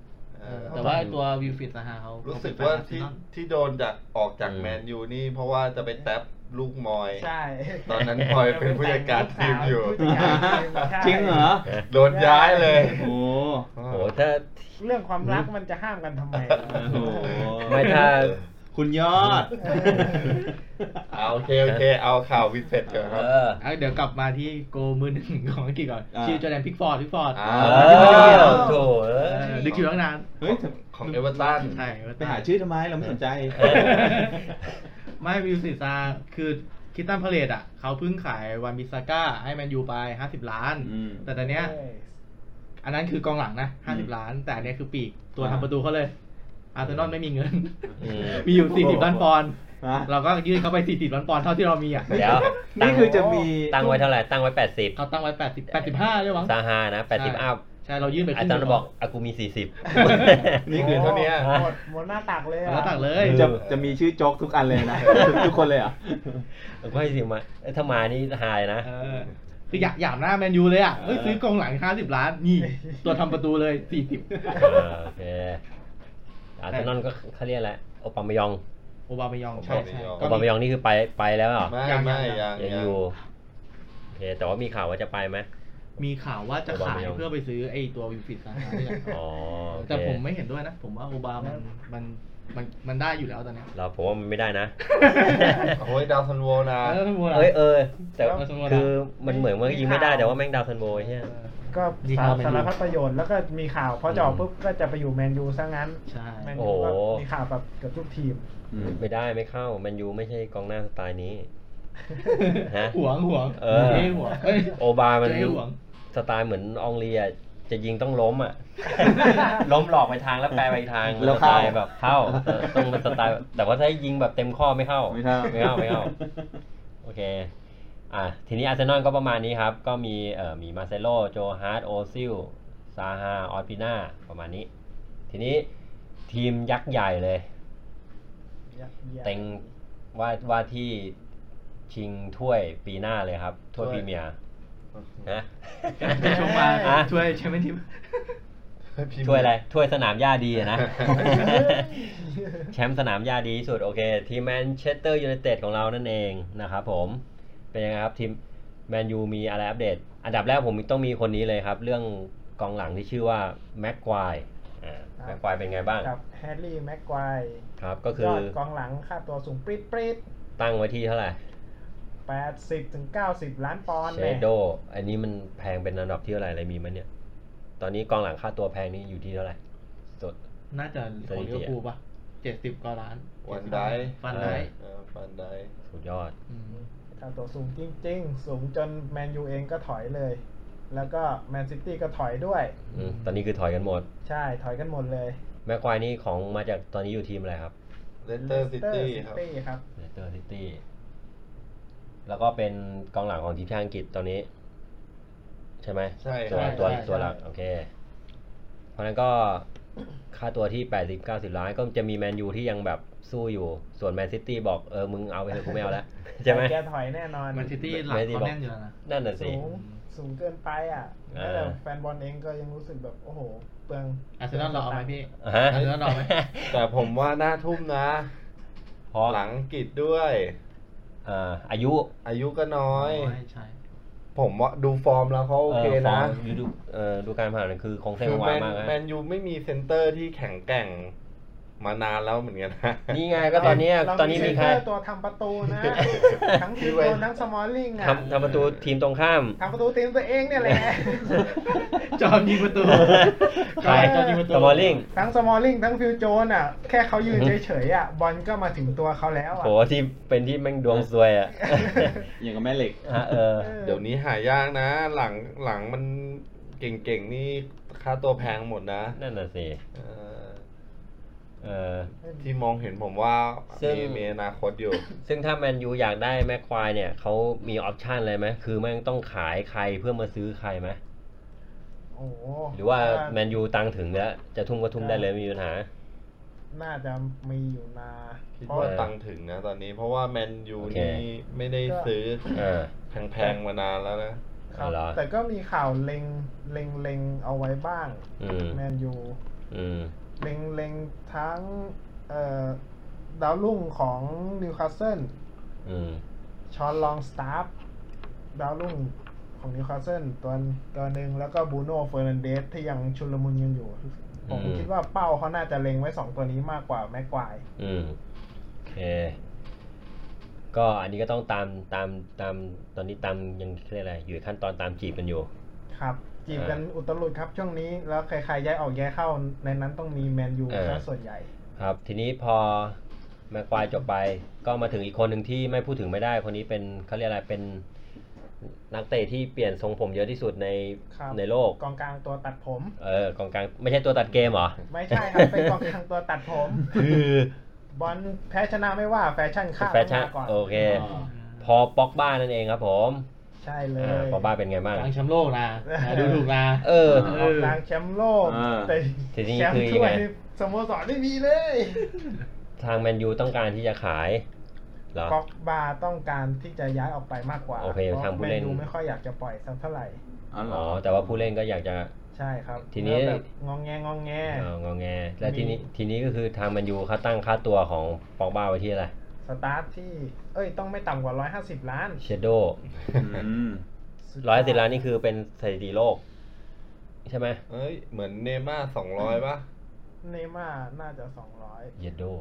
เออแต่ว่าไอ้ตัววิลฟิดซาฮาเขารู้สึกเขเป็นว่าแฟนที่อาร์เซนอลที่โดนจากออกจากแมนยูนี่เพราะว่าจะไปแท็บลูกมอยใช่ตอนนั้นมอยเป็นผู้จัดการทีมอยู่ผู้จัดการทีมใช่จริงเหรอโดนย้ายเลยโอ้โอ้โหถ้าเรื่องความรักมันจะห้ามกันทำไมโหไม่ถ้าคุณยอดเอาโอเคโอเค เอาข่าววิเศษก่อนครับเออเอาเดี๋ยวกลับมาที่โกมือหนึ่งของอังกฤษก่อนอ่าชื่อจอร์แดนพิกฟอร์ดพิกฟอร์ดอ่าเออโถเอเอออนึกอยู่ตั้งนานเฮ้ยของเอเวอร์ตันใช่ไปหาชื่อทำไมเราไม่สนใจไม่วิลซิซาคือคิตตันพาเลตอ่ะเขาเพิ่งขายวันบิซาก้าให้แมนยูไปห้าสิบล้านอืมแต่ตอนเนี้ย อันนั้นคือกองหลังนะห้าสิบล้าน แต่อันเนี้ยคือปีกตัวทำประตูเขาเลย อาร์เซนอลไม่มีเงินอืมมีอยู่สี่สิบล้านปอนด์ฮะเราก็ยื่นเข้าไปสี่สิบล้านปอนด์เท่าที่เรามีอ่ะเดี๋ยวนี่คือจะมีตั้งไว้เท่าไหร่ ตั้งไว้แปดสิบเขาตั้งไว้แปดสิบ แปดสิบห้าด้วยมั้งซาฮานะแปดสิบอัพใช่เรายื่นไปคอารึ่งจารย์บอกอากูมีสี่สิบนี่คือเท่านี้หมดหมดหน้าตักเลยอะแล้วตักเลยจะจะมีชื่อโจ๊กทุกอันเลยนะ ทุกทุกคนเลยเหรอ่ะก็ให้สิมาเอ้ยถ้ามานี่หายนะเออคืออยากหยามหน้าแมนยูเลยอ่ะเฮ้ยซื้อกองหลังห้าสิบล้าน นี่ ตัวทำประตูเลยสี่สิบเออโอเคอาร์เซนอลก็เขาเรียกอะไรโอปามายองโอบามายองใช่ใช่โอปามายองนี่คือไปไปแล้วเหรอไม่ยังไม่ยังยังยังอยู่โอเคแต่ว่ามีข่าวว่าจะไปไหมมีข่าวว่าจะขายโอบามายองเพื่อไปซื้อไอ้ตัววิลฟิดซาฮาเนี่ยอ๋อโอเคแต่ผมไม่เห็นด้วยนะ ผมว่าโอบามันมันมันมันได้อยู่แล้วตอนเนี้ยเราผมว่ามันไม่ได้นะโอ้ยดาวซันโวนะเออทั้งหมดอะเอ้ยเออแต่เอาสมมุติคือมันเหมือนว่ายิงไม่ได้แต่ว่าแม่งดาวซันโบใช่ไหมก็ดีคสารับรพัดประโยชน์แล้วก็มีข่าวพอจะออกปุ๊บก็จะไปอยู่แมนยูซะงั้นใช่แมนโอ้ยูโหก็มีข่าวแบบเกือบทุกทีมอืมไม่ได้ไม่เข้าแมนยูไม่ใช่กองหน้าสไตล์นี้ ฮะหวงหวงเออจ๊หวงเอ้ยโอบามันเจ๊หวงสไตล์เหมือนอองเลียจะยิงต้องล้มอ่ะ ล้มหลอกไปทางแล้วแปลไปอีกทางแล้วสเข้าไตล์แบบเข้าเออต้องเป็นสไตล์แต่ว่าถ้ายิงแบบเต็มข้อไม่เข้าไม่เข้าไม่เข้าไม่เข้าโอเคอ่ะทีนี้อาร์เซนอลก็ประมาณนี้ครับ ก็มีเอ่อมีมาเซโลโจฮาร์ดโอซิลซาฮาออสปิน่าประมาณนี้ ทีนี้ทีมยักษ์ใหญ่เลย เต็งว่าว่าที่ชิงถ้วยปีหน้าเลยครับ ถ้วยพรีเมียร์นะชมมาอ่ะช่วยแชมเปี้ยนทีมถ้วยอะไร ถ้วยสนามหญ้าดีอะนะ แชมป์สนามหญ้าดีที่สุด โอเค ทีมแมนเชสเตอร์ยูไนเต็ดของเรานั่นเองนะครับผม เป็นยังไงครับ ทีมแมนยูมีอะไรอัปเดต อันดับแรกผมต้องมีคนนี้เลยครับ เรื่องกองหลังที่ชื่อว่าแม็กควายอ่าแม็กควายเป็นไงบ้างกับแฮร์รี่แม็กควายครับ ก็คืยออดกองหลังค่าตัวสูงปรี๊ดปรี๊ดตั้งไว้ที่เท่าไหร่แปดสิบถึงเก้าสิบล้านปอนด์เชเนี่ยโด อันนี้มันแพงเป็นอันดับที่เท่าไหร่อะไรมีมั้ยเนี่ย ตอนนี้กองหลังค่าตัวแพงนี่อยู่ที่เท่าไหร่สดน่าจะของลิเวอร์พูลป่ะเจ็ดสิบกว่าล้านวันไดฟันได้เออฟันไดสุดยอดอืมค่าตัวสูงจริงๆ สูงจนแมนยูเองก็ถอยเลย แล้วก็แมนซิตี้ก็ถอยด้วยอืมตอนนี้คือถอยกันหมดใช่ถอยกันหมดเลยแม็กควายนี่ของมาจากตอนนี้อยู่ทีมอะไรครับเลสเตอร์ซิตี้ Leicester ครับ City ครับเลสเตอร์ซิตี้ แล้วก็เป็นกองหลังของทีมชาติอังกฤษตอนนี้ ใช่ไหมใช่ตัวใช่ตัวใช่ตัวหลัก โอเค เพราะฉะนั้นก็ค่าตัวที่แปดสิบ เก้าสิบล้านก็จะมีแมนยูที่ยังแบบสู้อยู่ ส่วนแมนซิตี้บอกเออมึงเอาไปเถอะกูไม่เอาแล้ว ใช่ไหมแกถอยแน่นอนแมนซิตี้หลักเขาแน่นอยู่แล้วนะนั่นน่ะสิสูงสูงเกินไปอ่ะเออแม้แต่แฟนบอลเองก็ยังรู้สึกแบบ โอ้โห เปลืองอาร์เซนอลเราเอาไหมพี่อ่ะฮะอาร์เซนอลเอาไหมแต่ผมว่าน่าทุ่มนะเพราะหลังอังกฤษด้วยอ่าอายุอายุก็น้อยใช่ใช่ผมว่าดูฟอร์มแล้วเขาโอเคนะฟอร์มฤดูเอ่อดูการผ่านคือคงเส้นคือคงแมวาน มากนะแมนยูไม่มีเซนเตอร์ที่แข็งแกร่งมานานแล้วเหมือนกันนะนี่ไงก็ตอนเนี้ยเราตอนนี้มีใครเซนเตอตัวทำประตูนะ ทั้งทีมโดนทั้งสมอลลิงอ่ะทำทำประตูทีมตรงข้ามทำประตูทีมตัวเองเนี่ยแหละจอมยิงประตูใครจอมยิงประตูสมอลลิงทั้งสมอลลิงทั้งฟิลโจนอ่ะ แค่เขายืนเฉยๆอ่ะ บอลก็มาถึงตัวเขาแล้วอ่ะโหที่เป็นที่แม่งดวงซวยอ่ะอย่างกับแม่เหล็กฮะเออเดี๋ยวนี้หายากนะ หลังหลังมันเก่งๆนี่ค่าตัวแพงหมดนะนั่นน่ะสิเออเออที่มองเห็นผมว่าซึ่งมีมีอนาคตอยู่ซึ่งถ้าแมนยูอยากได้แม็กควายเนี่ยเขามีออปชันอะไรไหมคือแม่งต้องขายใครเพื่อมาซื้อใครไหมโอ้โหหรือว่าแมนยูตังค์ถึงแล้ว จะทุ่มก็ทุ่มได้เลยไม่มีปัญหาน่าจะมีอยู่นาคิดเพราะว่าเออตังค์ถึงนะตอนนี้ เพราะว่าแมนยูโอเคนี่ไม่ได้ซื้อเออแพงๆมานานแล้วนะครับเอาเหรอแต่ก็มีข่าวเล็งเล็งเล็งเอาไว้บ้างอืมแมนยูอืมเล็งเล็งทั้งเอ่อดาวรุ่งของนิวคาสเซิลอืมชอนลองสตาร์ฟดาวรุ่งของนิวคาสเซิลตัวตัวหนึ่งแล้วก็บูโน่เฟอร์นันเดสที่ยังชุลมุนยังอยู่ ผมอืมคิดว่าเป้าเขาน่าจะเล็งไว้สองตัวนี้มากกว่าแม็กควายอืมโอเค ก็อันนี้ก็ต้องตามตามตามตอนนี้ตามยังเรียกอะไรอยู่ขั้นตอนตามจีบกันอยู่ครับจีบกันอุตลุดครับช่วงนี้แล้วใครๆย้ายออกย้ายเข้าในนั้นต้องมีแมนยูเออซะส่วนใหญ่ครับ ทีนี้พอแม็กควายจบไป ก็มาถึงอีกคนหนึ่งที่ไม่พูดถึงไม่ได้ คนนี้เป็นเขาเรียกอะไรเป็นนักเตะที่เปลี่ยนทรงผมเยอะที่สุดในครับในโลกกองกลางตัวตัดผมเออกองกลางไม่ใช่ตัวตัดเกมเหรอไม่ใช่ครับ เป็นกองกลางตัวตัดผมคือบอลแพ้ชนะไม่ว่าแฟชั่นข้ามแฟชั่นมาก่อนโอเค พอป็อกบ้านั่นเองครับผมใช่เลอ่าย ป็อกบ้าเป็นไงบ้างกลางแชมป์โลกนะนะดูถูกนะเออกองกลางแชมป์โลกอ่าแต่ทีนี้แชมคือป์ยังถ้วไงยสโมสรไม่มีเลยทางแมนยูต้องการที่จะขายเหรอป็อกบาต้องการที่จะย้ายออกไปมากกว่าโอเคเพราะทางผู้แมเล่นนยูไม่ค่อยอยากจะปล่อยสักเท่าไหร่อ๋อเหรอ๋ออแต่ว่าผู้เล่นก็อยากจะใช่ครับทีนี้แล้วแบบงองแงงองแงเอองอแง และมีทีนี้ทีนี้ก็คือทางแมนยูเขาตั้งค่าตัวของป็อกบ้าไว้ที่อะไรสตาร์ทที่ เอ้ย ต้องไม่ต่ำกว่าร้อยห้าสิบล้านเชโดอืมสุดร้อยสิบล้านนี่คือเป็นสถิติโลก ใช่ไหมเอ้ย เหมือนเนม่าสองร้อยป่ะเนย์ม่าร์น่าจะสองร้อยเยโด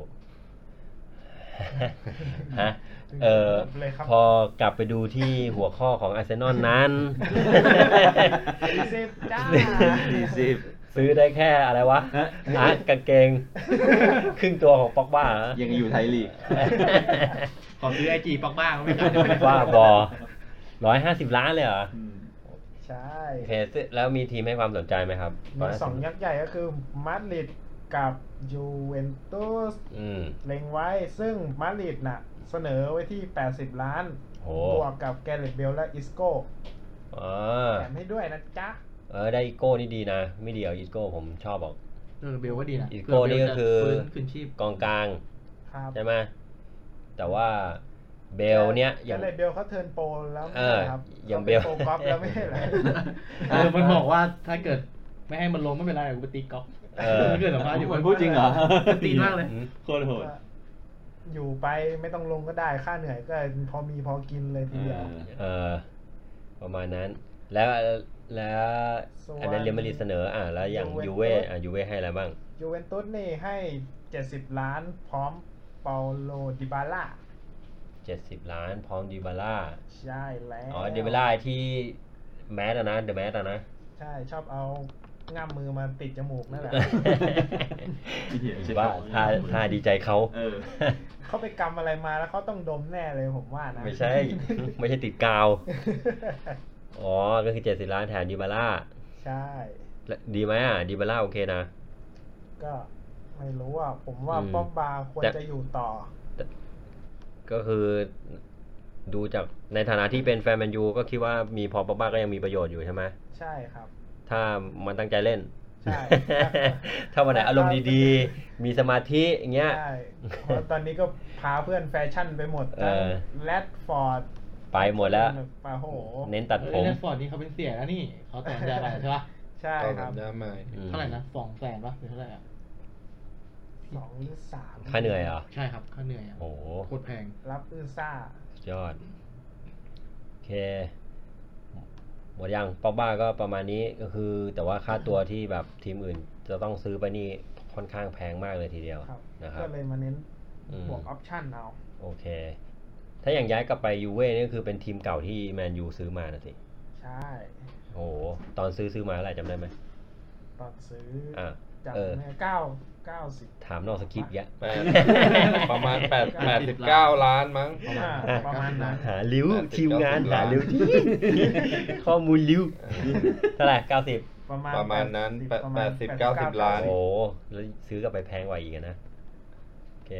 ฮะ เออเลยครับพอกลับไปดูที่หัวข้อของอาร์เซนอลนั้นสี่สิบจ้าสี่สิบซื้อได้แค่อะไรวะฮะอ่ะกางเกง ครึ่งตัวของป็อกบ้าเหรอยังอยู่ไทยลีกขอซื้อไอจีปักบ้างไม่ขายว่าบอร้อยห้าสิบล้านเลยเหรอใช่โอเคซึ่งแล้วมีทีมให้ความสนใจไหมครับมีสองยักษ์ใหญ่ก็คือมาดริดกับยูเวนตุสอืมเล็งไว้ ซึ่งมาดริดน่ะ เสนอไว้ที่แปดสิบล้านโอ้บวกกับแกเรตเบลและอิสโก้อ๋อแถมให้ด้วยนะจ๊ะเออได้อีโก้นี่ดีนะ ไม่ดีเอาอีโก้ผมชอบบอกเออเบลว่าดีนะอีโก้นี่ก็คือเผื่เบลจะฟื้นคืนชีพกองกลางครับใช่ไหมแต่ว่าเบลเนี้ยแกอย่างเรตเบลเขาเทิร์นโปรแล้วเอไม่อใช่ครับอย่างขเบลป็นโปรกอล์ฟแล้วไม่ใช่เหรอเออมันบอกว่าถ้าเกิดไม่ให้มันลงไม่เป็นไรกูไปตีกอล์ฟเออไม่เกิดสัมภาษณ์อยู่มันพูดจริงเหรอตีมากเลยอืมโคตรโหดอยู่ไปไม่ต้องลงก็ได้ค่าเหนื่อยก็พอมีพอกินเลยทีเดียวเออประมาณนั้น แล้วแล้วส่วนอันนั้นเรอัลมาดริดเสนออ่ะแล้วอย่างยูยูเวเว่นตุสอ่ะยูเว่ให้อะไรบ้างยูเวนตุสนี่ให้เจ็ดสิบล้านพร้อมเปาโลดิบาล่าเจ็ดสิบล้านพร้อมดีบาร่าใช่แล้วอ๋อดีบาร่าที่แมสอะนะเดอะแมสอะนะใช่ชอบเอาง่ามมือมาติดจมูกนั่นแหละว่าถ้าถ้าดีใจเขาเออเขาไปกำอะไรมาแล้วเขาต้องดมแน่เลยผมว่านะไม่ใช่ ไม่ใช่ติดกาว อ๋อ ก็คือเจ็ดสิบล้านแทนดีบาร่าใช่แล้วดีไหมอ่ะดีบาร่าโอเคนะก็ไม่รู้อ่ะผมว่าอืมป๊อบบาควรแต่จะอยู่ต่อก็คือดูจากในฐานะที่เป็นแฟนแมนยูก็คิดว่ามีพอป๊อกบ้าก็ยังมีประโยชน์อยู่ใช่ไหมใช่ครับถ้ามันตั้งใจเล่นใช่ถ้าวันไหนอารมณ์ดีๆ มีสมาธิอย่างเงี้ยใช่เพราะตอนนี้ก็พาเพื่อนแฟชั่นไปหมดเอทั้งอแรดฟอร์ดไปหมดแล้วปาโหเน้นตัดผเออมแรดฟอร์ดนี่เขาเป็นเสียแล้วนี่เขาต่อสัญญาอะไรใช่ปะใช่ตอนคสัรับญญาใหม่อืมเท่าไหร่นะสองแสนปะหรือเท่าไหร่อ่ะสองหรือสามค่าเหนื่อยเหรอใช่ครับค่าเหนื่อยอ่ะโอ้โหโคตรแพงรับอือซ่าสุดยอด โอเค หมดยังป๊อกบ้าก็ประมาณนี้ก็คือ แต่ว่าค่าตัวที่แบบทีมอื่นจะต้องซื้อไปนี่ค่อนข้างแพงมากเลยทีเดียวครับนะครับก็เลยมาเน้นอืมบวกออปชั่นเอาโอเค ถ้าอย่างย้ายกลับไปยูเว่นี่ก็คือเป็นทีมเก่าที่แมนยูซื้อมานะสิใช่โอ้โห ตอนซื้อซื้อมาอะไรจำได้ไหมตอนซื้ออ่ะจากเออเนี่ยเก้าเก้าสิบถามนอกสคริปต์เยอะแปด ประมาณแปดแปดสิบเก้าล้านมั้งอ่าประมาณนั้นหาลิ้วแปดสิบทีมงานเก้าสิบหาลิ้วที่ ข้อมูลลิ้วเท่าไหร่เก้าสิบประมาณประมาณนั้น 80 แปดประมณแปดสิบเก้าสิบล้านโอ้โหแล้วซื้อกลับไปแพงกว่าอีกอะนะ โอเค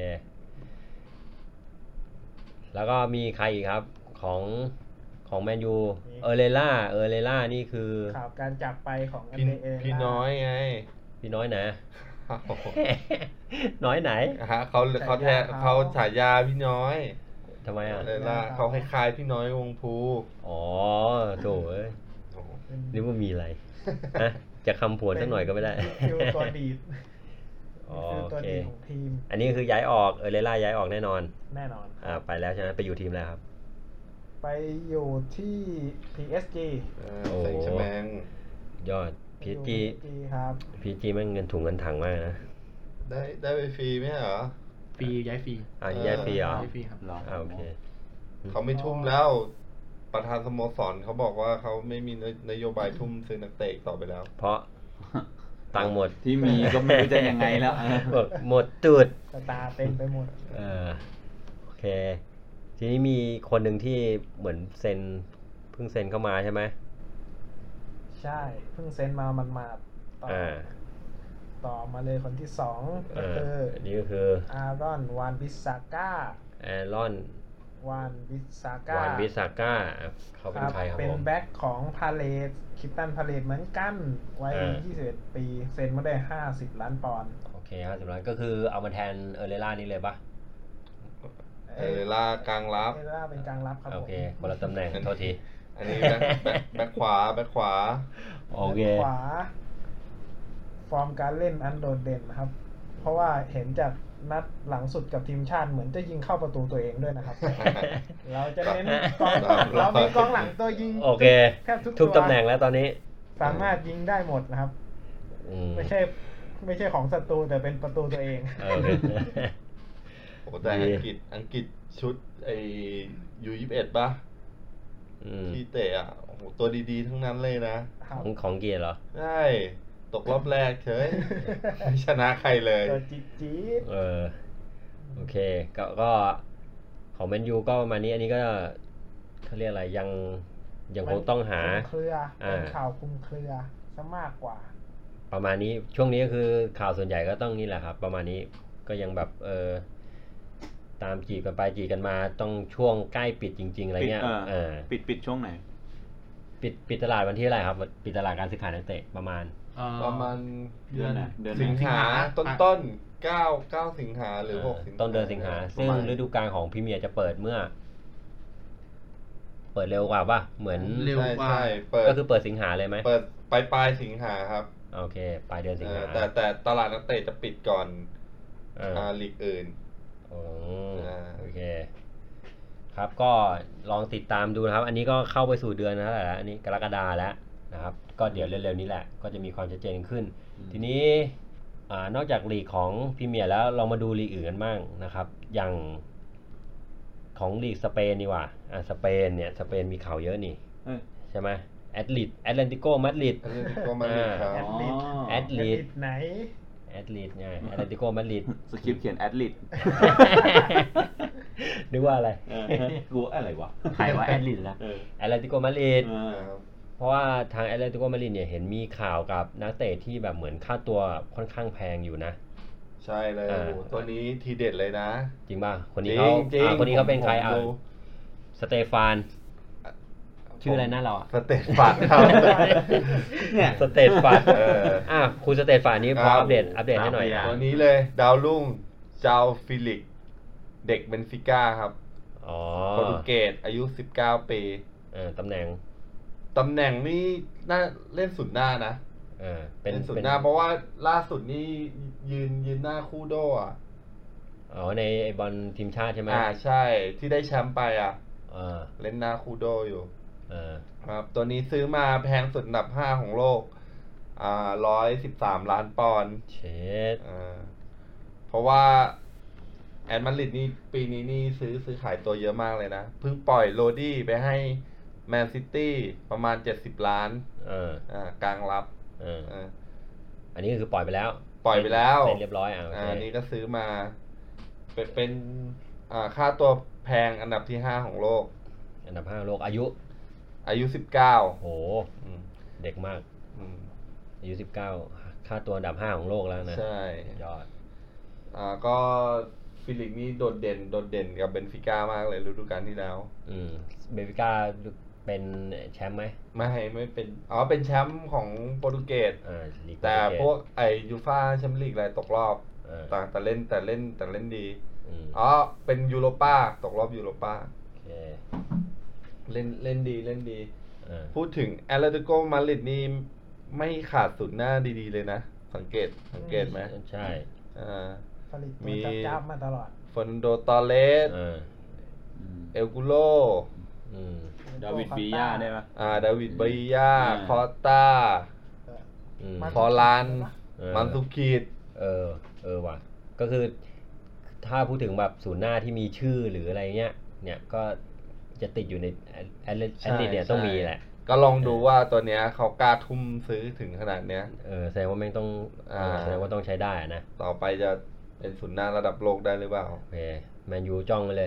แล้วก็มีใครอีกครับ ของของแมนยู เออเรล่า เออเรล่านี่คือข่าวการจากไปของอันพี่เดเอล่าพี่น้อยไงพี่น้อยนะ น้อยไหนฮะเขาเขาแทนเขาฉายาพี่น้อยทำไมอ่ะเลยล่ะเขาคล้ายๆพี่น้อยวงภูอ๋อโถเอ้ยโอ้โหเป็นนึกว่ามีอะไร ฮะ จะคำผวนสักหน่อยก็ไม่ได้คิวตัวดีดอ๋อคือโอตัวเคดีของทีมอันนี้คือย้ายออกเออเรล่าย้ายออกแน่นอนแน่นอนอ่าไปแล้วใช่ไหมไปอยู่ทีมแล้วครับไปอยู่ที่ พี เอส จีเออโอ้เซ็งใช่ไหมงยอดพีจีจีครับพีจีมันเงินถุงเงินถังมากนะได้ได้ไปฟรีไหมเหรอฟรีย้ายฟรีอ่าย้ายฟรีเหรอย้ายฟรีครับหรออ่าโอเคเขาไม่ทุ่มแล้ว ประธานสโมสรเขาบอกว่าเขาไม่มีนโยบายทุ่มซื้อนักเตะต่อไปแล้วเพราะตังค์หมดที่มีก็ไม่รู้จะยังไงแล้วหมดหมดตูดสตาร์เต็มไปหมดเออโอเค ทีนี้มีคนหนึ่งที่เหมือนเซ็นเพิ่งเซ็นเข้ามาใช่ไหมใช่เพิ่งเซ็นมามันมาต่ออ่าต่อมาเลยคนที่สองก็อ่าคืออันนี้ก็คืออารอนวานบิสซาก้าแอรอนวานบิสซาก้าวานวิสาก้าเขาเป็นใครครับเป็นผมแบ็คของพาเลตคิปตันพาเลตเหมือนกันวัยอ่ายี่สิบเอ็ดปี เซ็นมาได้ห้าสิบล้านปอนด์โอเคห้าสิบล้านก็คือเอามาแทนเออเรล่านี่เลยปะเออลากลางรับเอล่าเป็นกลางรับครับโอผมเคคนละตำแหน่งโทษทีอันนี้แบ็คแบ็คแบ็คขวาแบ็คขวาโอเคขวา ฟอร์มการเล่นอันโดดเด่นนะครับ เพราะว่าเห็นจากนัดหลังสุดกับทีมชาติเหมือนจะยิงเข้าประตูตัวเองด้วยนะครับ เราจะเน้นกองเรามีกองหลังตัวยิงโอเคแทบทุกทุกตัวตำแหน่งแล้วตอนนี้สามารถยิงได้หมดนะครับอืมไม่ใช่ ไม่ใช่ของศัตรูแต่เป็นประตูตัวเองโอเคโอ้แต่อังกฤษอังกฤษชุดไอยูยี่สิบเอ็ดป่ะอืมที่เตะอ่ะโอ้โหตัวดีๆทั้งนั้นเลยนะของของเกียร์เหรอใช่ ตกรอบแรกเฉย ไม่ชนะใครเลยตัวจี๊ดจี๊ดเออ โอเค ก็ก็ของแมนยูก็ประมาณนี้ อันนี้ก็เขาเรียกอะไรยังยังคงต้องหาคุมเครืออ่าเป็นข่าวคุมเครือซะมากกว่าประมาณนี้ช่วงนี้ก็คือข่าวส่วนใหญ่ก็ต้องนี่แหละครับ ประมาณนี้ก็ยังแบบเออตามจีบกันไปจีบกันมาต้องช่วงใกล้ปิดจริง ๆอะไรปิดเงี้ยเออเออปิดปิดช่วงไหนปิดปิดตลาดวันที่อะไรครับ ปิดตลาดการซื้อขายนักเตะประมาณเอ่อประมาณเดือนไหนเดือนไหนสิงหาสิงหาต้นต้นเก้าเก้าสิงหาหรือหกสิงหาต้นเดือนสิงหาประซึ่งมาณฤดูกาลของพรีเมียร์จะเปิดเมื่อ เปิดเร็วกว่าป่ะเหมือนเร็วใช่กว่าใช่เปิดก็คือเปิดสิงหาเลยไหมเปิดปลายปลายสิงหาครับโอเคปลายเดือนสิงเอหาอแต่แต่ตลาดนักเตะจะปิดก่อนอ่าอ่าลีกอื่นอ๋ออ่าโอเค ครับก็ลองติดตามดูนะครับ อันนี้ก็เข้าไปสู่เดือนแล้วแหละอันนี้กรกฎาแล้วนะครับ ก็เดี๋ยวเร็วๆนี้แหละ ก็จะมีความชัดเจนขึ้น ทีนี้อ่านอกจากลีกของพรีเมียร์แล้วเรามาดูลีกอื่นกันบ้างนะครับ อย่างของลีกสเปนดีกว่าอ่าสเปนเนี่ยสเปนมีข่าวเยอะนี่เอ้ยใช่ไหมแอตลิตแอตแลนติโกมาดริดอันนี้ก็มาลีกครับแอดลิดแอดลิดไหนแอตลิตไงแอตแลนติโกมาดริดสคริปต์เขียนแอดลิทนึกว่าอะไรเออกูอะไรวะใครว่าแอตลิตละเออแอตแลนติโกมาดริดเออครับเพราะว่าทางแอตแลนติโกมาดริดเนี่ยเห็นมีข่าวกับนักเตะที่แบบเหมือนค่าตัวค่อนข้างแพงอยู่นะใช่เลยอ่าโอ้โหตัวนี้ทีเด็ดเลยนะจริงป่ะ คนนี้จริเขางจริงอ่าคนนี้เขาเป็นใครผมอ่ะดูสเตฟาน ชื่ออะไรนะเราอ่ะสเตตฟาดครับเนี่ยสเตฟานเอออ่ะคุณสเตฟานนี้พอครับอัปเดตอัปเดตให้หน่อยครับตัวนี้เลยดาวรุ่งเจ้าฟิลิก เด็กเบนฟิก้าครับอ๋อโปรตุเกสอายุสิบเก้าปีเออตำแหน่งตำแหน่งนี่น่าเล่นสุดหน้านะเออเป็นเล่นสุดเป็นหน้าเพราะว่าล่าสุดนี่ยืนยืนหน้าคู่โดอ่ะอ๋อในไอบอลทีมชาติใช่ไหมอ่าใช่ที่ได้แชมป์ไปอ่ะอ่าเล่นหน้าคู่โดอยู่เออครับตัวนี้ซื้อมาแพงสุดอันดับห้าของโลก อ่าร้อยสิบสามล้านปอนด์เชดอ่าเพราะว่าแอนมาดริดนี่ปีนี้นี่ซื้อซื้อขายตัวเยอะมากเลยนะ เพิ่งปล่อยโรดี้ไปให้แมนซิตี้ประมาณเจ็ดสิบล้านเอออ่ากลางรับเอออ่าอันนี้ก็คือปล่อยไปแล้วปล่อยไปแล้วเซ็นเรียบร้อยอ่ะโอเคอ่าอันนี้ก็ซื้อมา เป็นเป็นอ่าค่าตัวแพงอันดับที่ห้าของโลกอันดับห้าโลกอายุอายุสิบเก้าโหเด็กมากอืมอายุสิบเก้าค่าตัวอันดับห้าของโลกแล้วนะใช่ยอดอ่าก็ฟิลิกนี่โดดเด่นโดดเด่นกับเบนฟิก้ามากเลยฤดูกาลที่แล้วอืมเบฟิก้าเป็นแชมป์ไหมไม่ไม่เป็นอ๋อเป็นแชมป์ของโปรตุเกสอ่าลีกแต่โปรตุเกสพวกไอยูฟ่าแชมเปี้ยนลีกอะไรตกรอบเออแต่แต่เล่นแต่เล่นแต่เล่นดีอืมอ๋อเป็นยูโรป้าตกรอบยูโรป้าโอเคเล่นเล่นดีเล่นดีเออพูดถึงแอตเลติโกมาดริดนี่ไม่ขาดสุดหน้าดีๆเลยนะ สังเกตสังเกตไหมใช่อ่าผลิตมีตัวจับๆมาตลอดเฟอร์นันโดตอร์เรสเออเอลกุโลอืมดาวิดบีย่าได้ปะอ่าดาวิดบริยาอ่าคอสตาอืมมันฟอร์ลานเออมันสุคิดเออ เออว่ะ ก็คือ ถ้าพูดถึงแบบศูนย์หน้าที่มีชื่อหรืออะไรเงี้ย เนี่ยก็จะติดอยู่ในแอดแอดแอดลิเนี่ยต้องมีแหละก็ลองดูว่าตัวเนี้ยเขากล้าทุ่มซื้อถึงขนาดเนี้ยเออ แสดงว่าแม่งต้องอ่าแสดงว่าต้องใช้ได้อะนะต่อไปจะเป็นศูนย์หน้าระดับโลกได้หรือเปล่าโอเค แมนยูจ้องไปเลย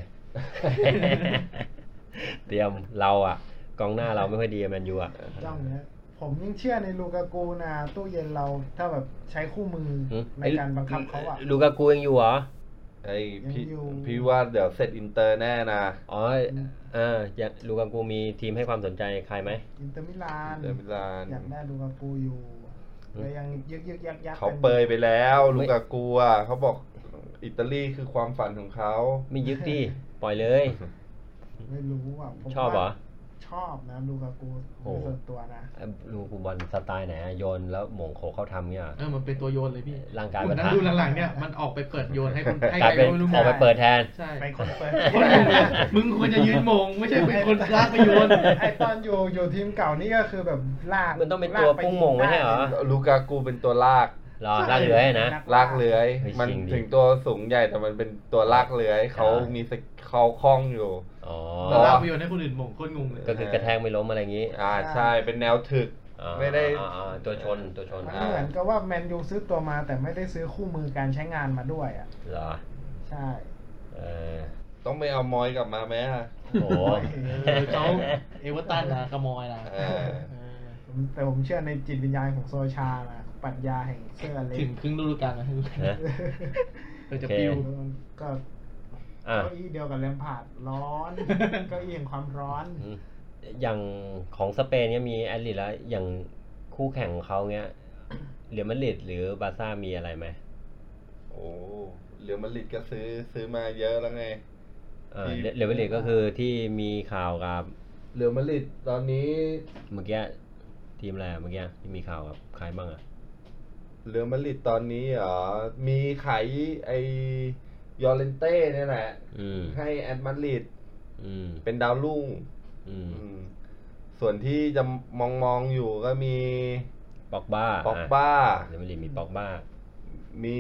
เตรียมเราอ่ะ กองหน้าเราไม่ค่อยดีอะแมนยูอ่ะจ้องเนี้ยผมยังเชื่อในลูกากูนะตู้เย็นเราถ้าแบบใช้คู่มือหืมในการบังคับเขาอะลูกากูยังอยู่เหรอไอ้พี่ยังอยู่พี่ว่าเดี๋ยวเสร็จอินเตอร์แน่นะอ๋อเอออยากลูกากูมีทีมให้ความสนใจใครไหมอินเตอร์มิลานเดมิลานอยากได้ลูกากูอยู่อืมเลยยังยึกยึกยักยักเขาเปยไปแล้วลูกากูอ่ะเขาบอกอิตาลีคือความฝันของเขาไม่ยึดดิ ปล่อยเลยไม่รู้อ่ะผมชอบเหรอว่าชอบนะลูกากูโอ้โดยส่วนตัวนะไอ้ลูกบอลสไตล์ไหนอะโยนแล้วหม่งโขกเข้าทำเนี่ยเออมันเป็นตัวโยนเลยพี่ร่างกายคุปะณนั้นทะดูหลังๆเนี่ยมันออกไปเปิดโยนให้คนให้กลายใครเป็นก็ไม่รู้ออกไปเปิดแทนใช่ไปคนเปิดคนดูเนี่ยมึงควรจะยืนโมงไม่ใช่เป็นคนลากไปโยนไอตอนอยู่อยู่ทีมเก่านี่ก็คือแบบลากมันต้องเป็นตัวปุ้งมงไม่ใช่เหรอลูกากูเป็นตัวลากรอลากเลื้อยนะลากเลื้อยเฮ้ยมันจริงดิถึงตัวสูงใหญ่แต่มันเป็นตัวลากเลื้อยเขาอ่ามีมีสกเขาคล้องอยู่อ๋อแล้วลากไปโยนให้คนอื่นโมงโคตรงงเลยก็คือกระแทกไม่ล้มอะไรอย่างงี้อ่าใช่เป็นแนวถึกอ่าไม่ได้อ่าอ่าตัวชนตัวชนมันอ่าเหมือนกับว่าแมนยูซื้อตัวมาแต่ไม่ได้ซื้อคู่มือการใช้งานมาด้วยอ่ะเหรอใช่เออต้องไปเอามอยกลับมาไหมอะโอ้โหเออเขาเอเวอร์ตันนะกระมอยนะเออเออผมแต่ผมเชื่อในจิตวิญญาณของโซชานะปรัชญาแห่งเสื้อเล็ถึกงครึ่งฤดูกาลนะฮะเออจะโอเคปิ้วก็อ่ะเก้าอี้เดียวกับแลมพาร์ดร้อนเก้าอี้แห่งความร้อนอืมอย่างของสเปนเนี่ยมีแอตเลติกแล้วอย่างคู่แข่งของเขาเนี้ยเรอัลมาดริดหรือบาร์ซ่ามีอะไรไหมโอ้เรอัลมาดริดก็ซื้อซื้อมาเยอะแล้วไงเออเรอัลมาดริดก็คือที่มีข่าวกับเรอัลมาดริดตอนนี้เมื่อกี้ทีมอะไรอะเมื่อกี้ที่มีข่าวกับใครบ้างอ่ะเรอัลมาดริดตอนนี้เหรอมีขายไอยอร์เรนเต้เนี่ยแหละอืมให้แอตมาดริดอืมเป็นดาวรุ่งอืมอืมส่วนที่จะมองมองอยู่ก็มีป็อกบ้าป็อกบ้าเรอัลมาดริดมีป็อกบ้ามี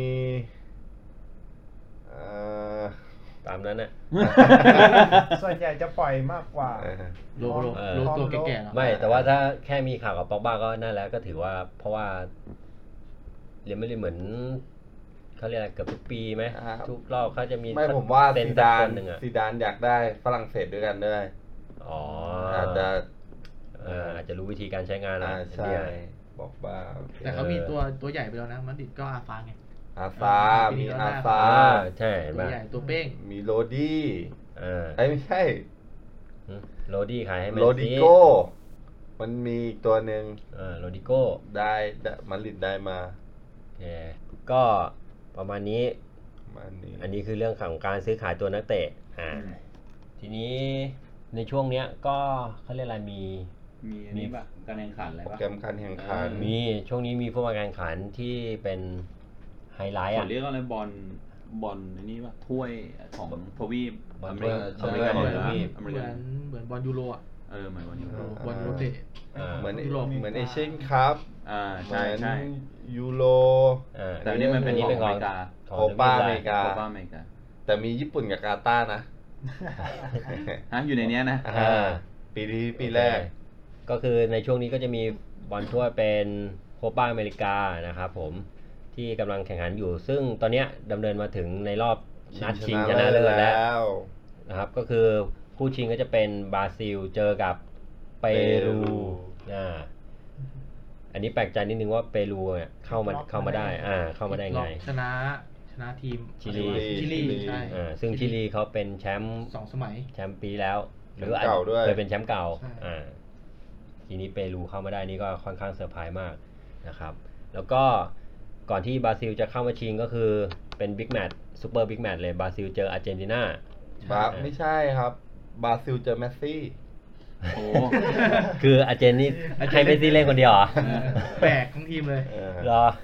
เอ่อตามนั้นน่ะส่วนใหญ่จะปล่อยมากกว่าเอ่อโลโลเออโลตัวแก่ๆเนอะไม่แต่ว่าถ้าแค่มีข่าวกับป็อกบ้าก็นั่นแล้วก็ถือว่าเพราะว่าเรอัลมาดริดเหมือนเขาเรียกอะไรเกือบทุกปีไหมอ่าทุกรอบเขาจะมีไม่ผมว่าเซ็นซีสักดาคน นหนึ่งอ่ะซีดานอยากได้ฝรั่งเศสด้วยกันด้วยอ๋ออาจจะเอออาจจะรู้วิธีการใช้งานนะอ่าไอใช่เดียบอกบ้าโอเคแต่เขามีตัวตัวใหญ่ไปแล้วนะมันดิดก็อาฟาไงอาซาเออมีปีนี้ก็อาได้ซาอ่าใช่เห็นตัวป่ะใหญ่ตัวเป้งมีโรดี้อ่าไอ้ยไม่ใช่หึโรดี้ขายให้แมนโรซีดิโก้ มันมีอีกตัวหนึ่งอ่าโรดิโก้ได้ได้มาดริดได้มาโอเคก็ประมาณนี้ประมาณนี้อันนี้คือเรื่องของการซื้อขายตัวนักเตะอ่าทีนี้ในช่วงเนี้ยก็เขาเรียกอะไรมีมีอันนี้ปะการแข่งขันอะไรโปรปะแกรมการแข่งขันมีช่วงนี้มีผู้มาแข่งขันที่เป็นไฮไลท์เขาอ่ะเรียกว่าอะไรบอลบอลอันนี้ปะถ้วยของทวีปบอลอเมถ้วยริกาอเมริกาทวีปอเหเมมืริอกานเหมือนบอลยูโรอ่ะเออเหมือนบอลยูโรบอลยูโรเตะอ่าเหมือนยุโรปเหมือนเอเชียนคัพอ่าเหใช่มือนใช่ยูโรอ่าแต่อันนี้มันเป็นของอเมริกาของโคปาอเมริกาโคปาอเมริกาแต่มีญี่ปุ่นกับกาตาร์นะฮะอยู่ในเนี้ยนะอ่าปีที่ปีแรกก็คือในช่วงนี้ก็จะมีบอลถ้วยเป็นโคปาอเมริกานะครับผมที่กำลังแข่งขันอยู่ ซึ่งตอนเนี้ยดำเนินมาถึงในรอบนัดชิงชนะเลิศแล้วนะครับก็คือคู่ชิงก็จะเป็นบราซิลเจอกับเปรูอ่าอันนี้แปลกใจนิดนึงว่าเปรูเนี่ยเข้ามาเข้ามาได้อ่าเข้ามาได้ไงชนะชนะทีมชิลีชิลีใช่อ่าซึ่งชิลีเขาเป็นแชมป์สองสมัยแชมป์ปีแล้ว หรือแชมป์เก่าด้วยเคยเป็นแชมป์เก่าใช่อ่าทีนี้เปรูเข้ามาได้นี่ก็ค่อนข้างเซอร์ไพรส์มากนะครับแล้วก็ก่อนที่บราซิลจะเข้ามาชิงก็คือเป็นบิ๊กแมตช์ซูเปอร์บิ๊กแมตช์เลยบราซิลเจออาร์เจนตินาบาไม่ใช่ครับ บราซิลเจอเมสซี่โอ้คืออาร์เจนนี่ให้เมสซี่เล่นคนเดียวเหรอแบกทั้งทีมเลยเออเหรอ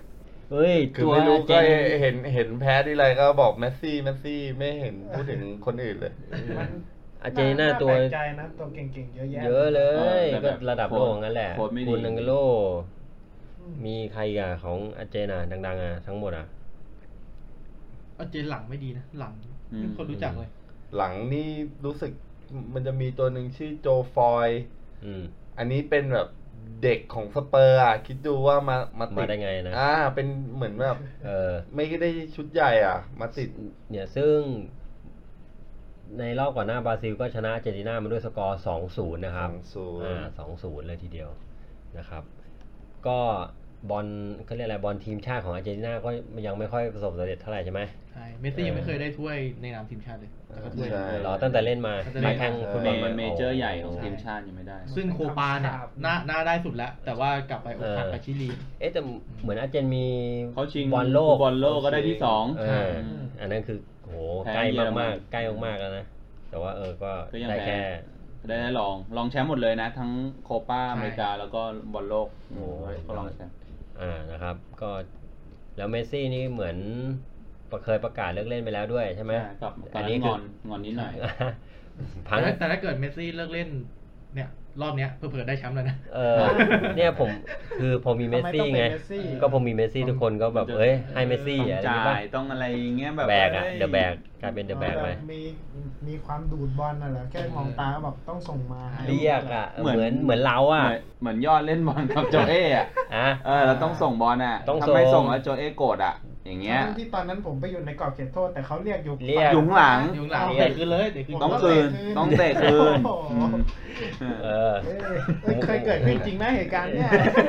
เฮ้ยคือตัวไม่รู้ก็เจนเห็นเห็นแพ้ที่ไรก็บอกเมสซี่เมสซี่ไม่เห็นพูดถึงคนอื่นเลยมันอาร์เจนติน่าตัวแปลกใจนะตัวเก่งๆเยอะแยะเยอะเลยแต่แบก็บระดับโลกงั้นแหละโค้ชไม่ดีคุณอังเกโลอืมมีใครอ่ะของอาร์เจนอ่ะดังๆอ่ะทั้งหมดอ่ะอาเจนหลังไม่ดีนะหลังอืมไม่คนรู้จักเลยหลังนี่รู้สึกมันจะมีตัวหนึ่งชื่อโจฟอยอืมอันนี้เป็นแบบเด็กของสเปอร์อ่ะ คิดดูว่ามามาติมาได้ไงนะอ่า เป็นเหมือนแบบเออไม่ได้ชุดใหญ่อ่ะ มาติดเนี่ยซึ่ง ในรอบก่อนหน้าบราซิลก็ชนะอาร์เจนตินามาด้วยสกอร์ สองศูนย์ นะครับสองศูนย์อ่า สองศูนย์ เลยทีเดียวนะครับ ก็บอลเขาเรียกอะไรบอลทีมชาติของอาร์เจนตินาก็ยังไม่ค่อยประสบความสำเร็จเท่าไหร่ใช่ไหมใช่เมสซี่ยังไม่เคยได้ถ้วยในนามทีมชาติเลยแต่ก็ถ้วยใช่รอตั้งแต่เล่นมาตั้งแต่เล่มาน แข่งฟุตบอลมันเมเจอร์ใหญ่ของใช่ทีมชาติยังไม่ได้ซึ่งโคปาเนี่ยน่าน่าได้สุดแล้ว แต่ว่ากลับไปอกหักกับชิลีเอ๊ะแต่เหมือนอาร์เจนมีเขาชิงบอลโลกบอลโลกก็ได้ที่สองเอออันนั้นคือโหแพ้ใกล้เยอรมัมากนๆใกล้มากๆแล้วนะ แต่ว่าเออก็ก็ยังได้แพ้แค่ได้ได้ลองลองแชมป์หมดเลยนะ ทั้งโคปาอเมริกาแล้วก็บอลโลกโอ้ยก็ลองแชมป์อ่านะครับ ก็แล้วเมสซี่นี่เหมือนเคยประกาศเลิกเล่นไปแล้วด้วยใช่ไหมใช่กับตอนอันนั้นี้นคืงอนงอนนิดหน่อยพังแต่ถ้าแต่ถ้าเกิดเมสซี่เลิกเล่นเนี่ยรอบเนี้ยเผื่อๆได้แชมป์เลยนะเออเนี่ยผมคือพอมีเมสซี่ไงทำไมต้องเป็นเมสซี่ก็พอมีเมสซี่ทุกคนก็แบบเอ้ยให้เมสซี่ต้องอะไรจ่านี้ป่ะยต้องอะไรอย่างเงี้ยแบบแบกอะฮ้ยเดอะแบกกลายเป็นเดอะแบกไปมีมีความดูดบอลน่ะแหละแค่มองตาก็แบบต้องส่งมาให้เรียกอ่ะเหมือนเหมือนเราอ่ะเหมือนเหมือนยอดเล่นบอลกับโจเอ้อะอ่ะเออเราต้องส่งบอลอ่ะต้องทำไมส่งส่งแล้วโจเอ้โกรธอ่ะ อย่างเงี้ยทั้งที่ตอนนั้นผมไปอยู่ในกรอบเขตโทษแต่เขาเรียกอยู่เรียกอยู่ข้างหลังอยู่หลังเรียกเตะคืนเลยเตะคืนต้องคืนต้องเตะคืนโอ้โหอืมเออเอ้ยเอ้ยเคยเกิดขึ้นจริงนะเหตุการณ์เนี่ย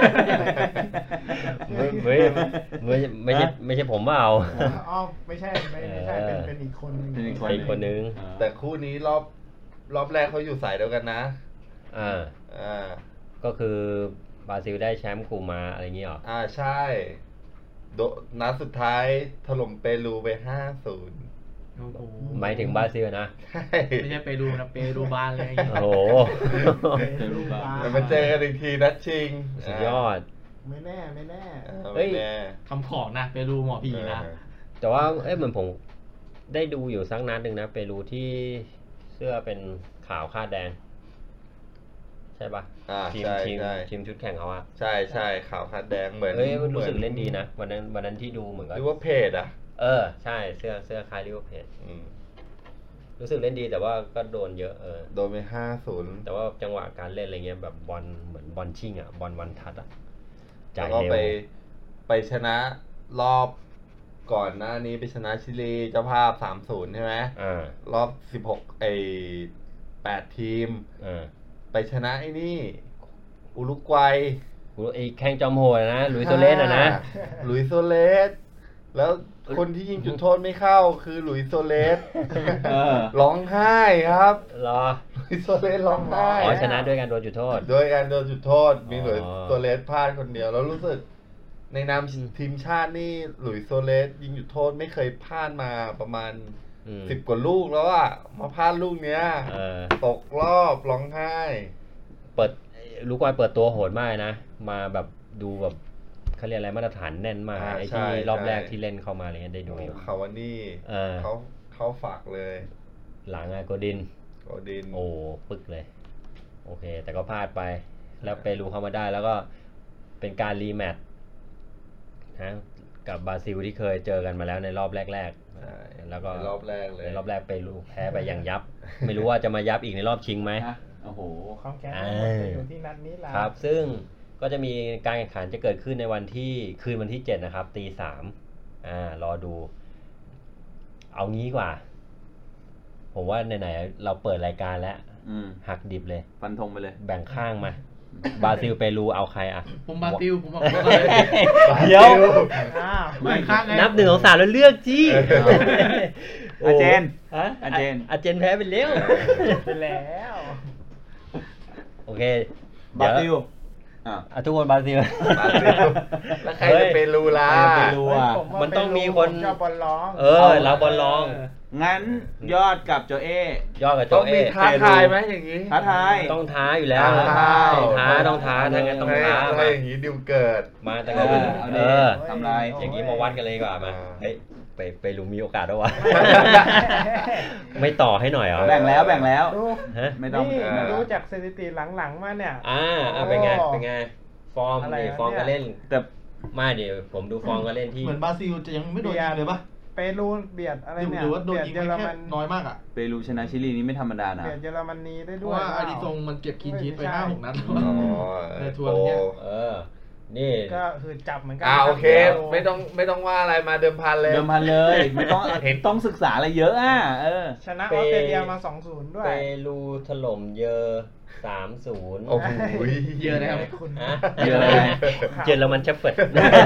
ไม่ไม่ไม่ไม่ใช่ไม่ใช่ผมเปล่าอ๋อไม่ใช่ไม่ไม่ใช่เป็นเป็นอีกคนหนึ่งเป็นอีกอีกคนนึงอ่าแต่คู่นี้รอบรอบแรกเขาอยู่สายเดียวกันนะอ่าอ่าก็คือบราซิลได้แชมป์กลุ่มมาอะไรอย่างงี้เหรออ่าใช่โดนัดสุดท้ายถล่มเปรูไปห้าศูนย์โอ้โหหมายถึงบราซิลนะใช่ไม่ใช่เปรูนะเปรูบานเลยโอ้โหเป็นรูปบาแล้วมาเจอกันอีกทีนัดชิงสุดยอดไม่แน่ไม่แน่อ่าเฮ้ยไม่แน่คำของนะเปรูหมอผีนะเออแต่ว่าเอ้ยเหมือนผมได้ดูอยู่สักนัดหนึ่งนะเปรูที่เสื้อเป็นขาวคาดแดง ใช่ปะอ่าทีมใช่ทีมใช่ทีมชุดแข่งเขาอะใช่ใช่ขาวคาดแดงเหมือนเอ้ยรู้หมือสึกเล่นดีนะวันนั้นวันนั้นที่ดูเหมือนกับหรือว่าเพจอ่ะเออใช่เสื้อเสื้อคล้ายลิเวอร์เพจอืมรู้สึกเล่นดีแต่ว่าก็โดนเยอะเออโดนไปห้าศูนย์แต่ว่าจังหวะการเล่นอะไรเงี้ยแบบบอลเหมือนบอลชิ่งอ่ะบอลวันทัดอ่ะแล้จ่ายวก็เร็วไปไปชนะรอบก่อนหน้านี้ไปชนะชิลีเจ้าภาพสามศูนย์ใช่ไหมอ่ารอบสิบหกไอแปดทีมอ่าไปชนะไอ้นี่ อุรุกวัยกูไอ้แข้งจอมโหดอะนะหลุยส์โซเลสอ่ะนะหลุยส์โซเลส แล้วคนที่ยิงจุดโทษไม่เข้าคือหลุยส์โซเลสเออร้องไห้ครับรอหลุยส์โซเลสร้องไห้อ๋อชนะด้วยการโดนจุดโทษโดยการโดนจุดโทษ มีหลุยส์อ๋อโซเลสพลาดคนเดียว แล้วรู้สึก ในนามอืมทีมชาตินี่หลุยส์โซเลสยิงจุดโทษไม่เคยพลาดมาประมาณอืมสิบกว่าลูกแล้วอะมาพลาดลูกเนี้ยเออตกรอบร้องไห้เปิดลูกวายเปิดตัวโหดมากนะ มาแบบดูแบบเขาเรียกอะไรมาตรฐานแน่นมากอ่าไอ้ใช่ที่รอบใช่แรกที่เล่นเข้ามาอะไรเงี้ยได้ดูอยู่คาวานี่เออเขาเขาฝากเลยหลังอะโกดินโอดินโอ้ปึกเลย โอเค แต่ก็พลาดไป แล้วเปรูเข้ามาได้แล้วก็เป็นการรีแมตช์นะกับบราซิลที่เคยเจอกันมาแล้วในรอบแรกใช่ๆแล้วก็ในรอบแรกเลยในรอบแรกเปรูแพ้ไปอย่างยับ ไม่รู้ว่าจะมายับอีกในรอบชิงไหมฮะโอ้โหความแค้นอ่าจะอยู่ที่นัดนี้แหละครับ ซึ่งก็จะมีการแข่งขันจะเกิดขึ้นในวันที่คืนวันที่เจ็ดนะครับตีสามอ่ารอดู เอางี้กว่า ผมว่าไหนๆเราเปิดรายการแล้วอืมหักดิบเลยฟันธงไปเลยแบ่งข้างมา บราซิลเปรูเอาใครอ่ะผมบราซิลผมบอกว่าเลยเดี๋ยวอ้าวไม่ข้างไงนับหนึ่งสองสามแล้วเลือกจี้อาเจนฮะอาเจนอาเจนแพ้ไปแล้วไปแล้วโอเคบราซิลอ่ะอ่ะทุกคนบราซิลบราซิลแล้วใครจะเปรูล่ะใครจะเปรูเฮ้ยอ่ะผว่ามันต้องมีคนผมชอบบอลร้องเออเราบอลลองงั้นยอดกับโจเอยอดกับโจต้องมีเอะท้าทายไหมอย่างนี้ท้าทายต้องท้าอยู่แล้วท้าต้องท้าต้องท้าถ้างั้นต้องท้าอะไรมาอย่างนี้ดิวเกิดมาแต่เอก็อเอเอาดิอทำไรอย่างนี้มาวัดกันเลยดีกว่ามาอ่าเฮ้ยไปไปรู้มีโอกาสด้วยวะ ไม่ต่อให้หน่อยเหรอแบ่งแล้วแบ่งแล้วดูฮะไม่ต้องนี่เออดูจากสถิติหลังๆมาเนี่ยอ่าอ่าเป็นไงเป็นไงฟอร์มอะไรนี่วะฟอร์มเนี่ยการเล่นแต่ไม่เดี๋ยวผมดูฟอร์มการเล่นที่เหมือนบราซิลจะยังไม่โดนยิงเลยปะเปรูเบียดอะไรหรือเนี่ยหรือว่าโดนเบียดยิงเยอไปรแค่มันน้อยมากอ่ะเปรูชนะชิลีนี่ไม่ธรรมดานะเบียดเยอรมนีได้เพด้ราะวยว่าเปล่อาริซงมันเก็บคีนชีทไปห้าหกนัดแล้วอ๋อในทัวร์เนี้ยเออ นี่ก็คือจับเหมือนกัอ่าโอเครับไม่ต้องไม่ต้องว่าอะไรมาเดิมพันเลยเดิมพันเลย ไม่ต้องเห็นต้องศึกษาอะไรเยอะอ่ะเออชนะออสเตรเลียมา สองศูนย์ ด้วยเปรูถล่มเยอสามศูนย์โอ้โหเยอะนะครับคุณฮะเยอะเลยเจอแล้วมันจะเปิด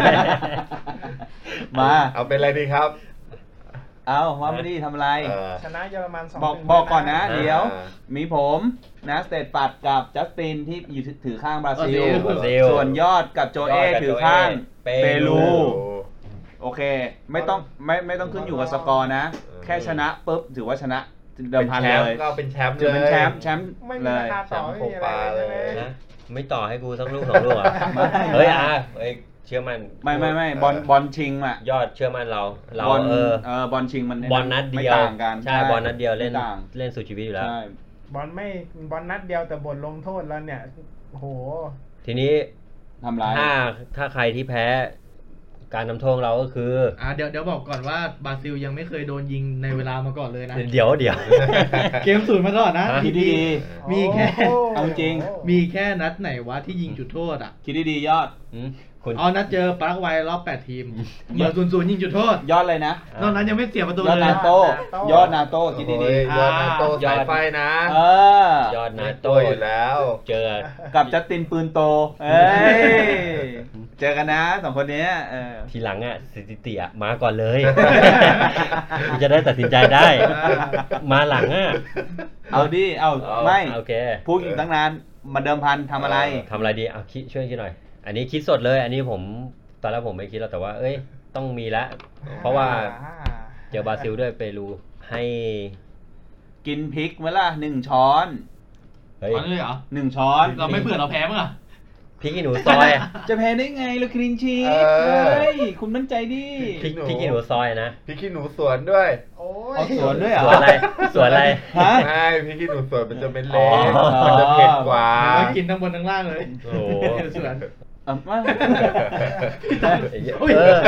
มาเอาเป็นอะไรดีครับเอาว่าไม่ดีทำอะไรเออชนะเยอรมันสองบอกหงบอกก่อนนะอ่าเดี๋ยว มีผมนะสเตตปัดกับจัสตินที่อยู่ถือข้างบราซิลบราซิลส่วนยอดกับโจเอยอดกับถือข้างเปเปรูรู โอเค ไม่ต้องไม่ไม่ต้องขึ้นอยู่กับสกอร์นะ แค่ชนะปุ๊บถือว่าชนะเดิมพันแชเลมยป์ก็เป็นแชมป์ถือเป็นเลยแชมป์แชมป์ไม่มีเลราย คาต่อไม่มีอะไรเลยใช่ไหมนะไม่ต่อให้กูสักลูกสองลูกเหรอ่ะไม่เฮ้ยอ่ะเฮ้ยเชื่อมันไม่ไม่ไม่บอลบอลชิงอ่ะยอดเชื่อมันเรา เราบอลเออเออบอลชิงมันบอลนัดเดียวไม่ต่างกันใช่บอลนัดเดียวเล่นไม่ต่างเล่นสุดชีวิตอยู่แล้วใช่บอลไม่บอลนัดเดียวแต่บทลงโทษแล้วเนี่ยโอ้โหทีนี้ทำร้ายถ้าถ้าใครที่แพ้การนำโทษของเราก็คืออ่าเดี๋ยวเดี๋ยวบอกก่อนว่าบราซิลยังไม่เคยโดนยิงในเวลามาก่อนเลยนะเดี๋ยวเดี๋ยวเกมศูนย์มาก่อนนะฮะคิดดีมีแค่โอ้โหเอาจริงมีแค่นัดไหนวะที่ยิงจุดโทษอ่ะๆคิดดีๆยอดอืมคุณเอานัดเจอปารากวัยรอบแปดทีมเหมือนศูนย์ศูนย์ยิงจุดโทษยอดเลยนะนอกนั้นยังไม่เสียประตูยอดเลนาย โต้ยอดนาโต้คิดโอ้ดียยอดนาโตยอสาดยไฟนะๆเออยอดนานาโต้โตอยู่แล้วเจอกับจัสตินปืนโต เอ้ย เจอกันนะสองคนเนี้ยเออทีหลังอ่ะสถิติอ่ะมาก่อนเลย จะได้ตัดสินใจได้ มาหลังอ่ะเอาดิ เอาเอาไม่โอเคพูดอีกตั้งนาน มาเดิมพันทำอะไรทำอะไรดีอ่ะคิดช่วยคิดหน่อย อันนี้คิดสดเลย อันนี้ผมตอนแรกผมไม่คิดแล้วแต่ว่า เอ้ย ต้องมีแล้ว เพราะว่าเจอบราซิลด้วยเปรูให้กินพริกไหมล่ะหนึ่งช้อนเฮ้ยตอนนี้เลยเหรอหนึ่งช้อนเราไม่เผื่อเราแพ้มั้งอ่ะพริกขี้หนูซอยอะจะแพ้ได้ไงเราคลีนชีทเออเฮ้ย คุณมั่นใจดิพริกพริกขี้หนูซอยนะพี่ขี้หนูสวนด้วยโอ้ยเอาสวนด้วยเหรอสวนอะไรสวนอะไรฮะใช่พี่ขี้หนูสวนมันจะเป็นอ๋เล็อกมันจะเผ็ดกว่าแล้วกินทั้งบนทั้งล่างเลยโอ้โหสวนเออมาอุ้ยเออ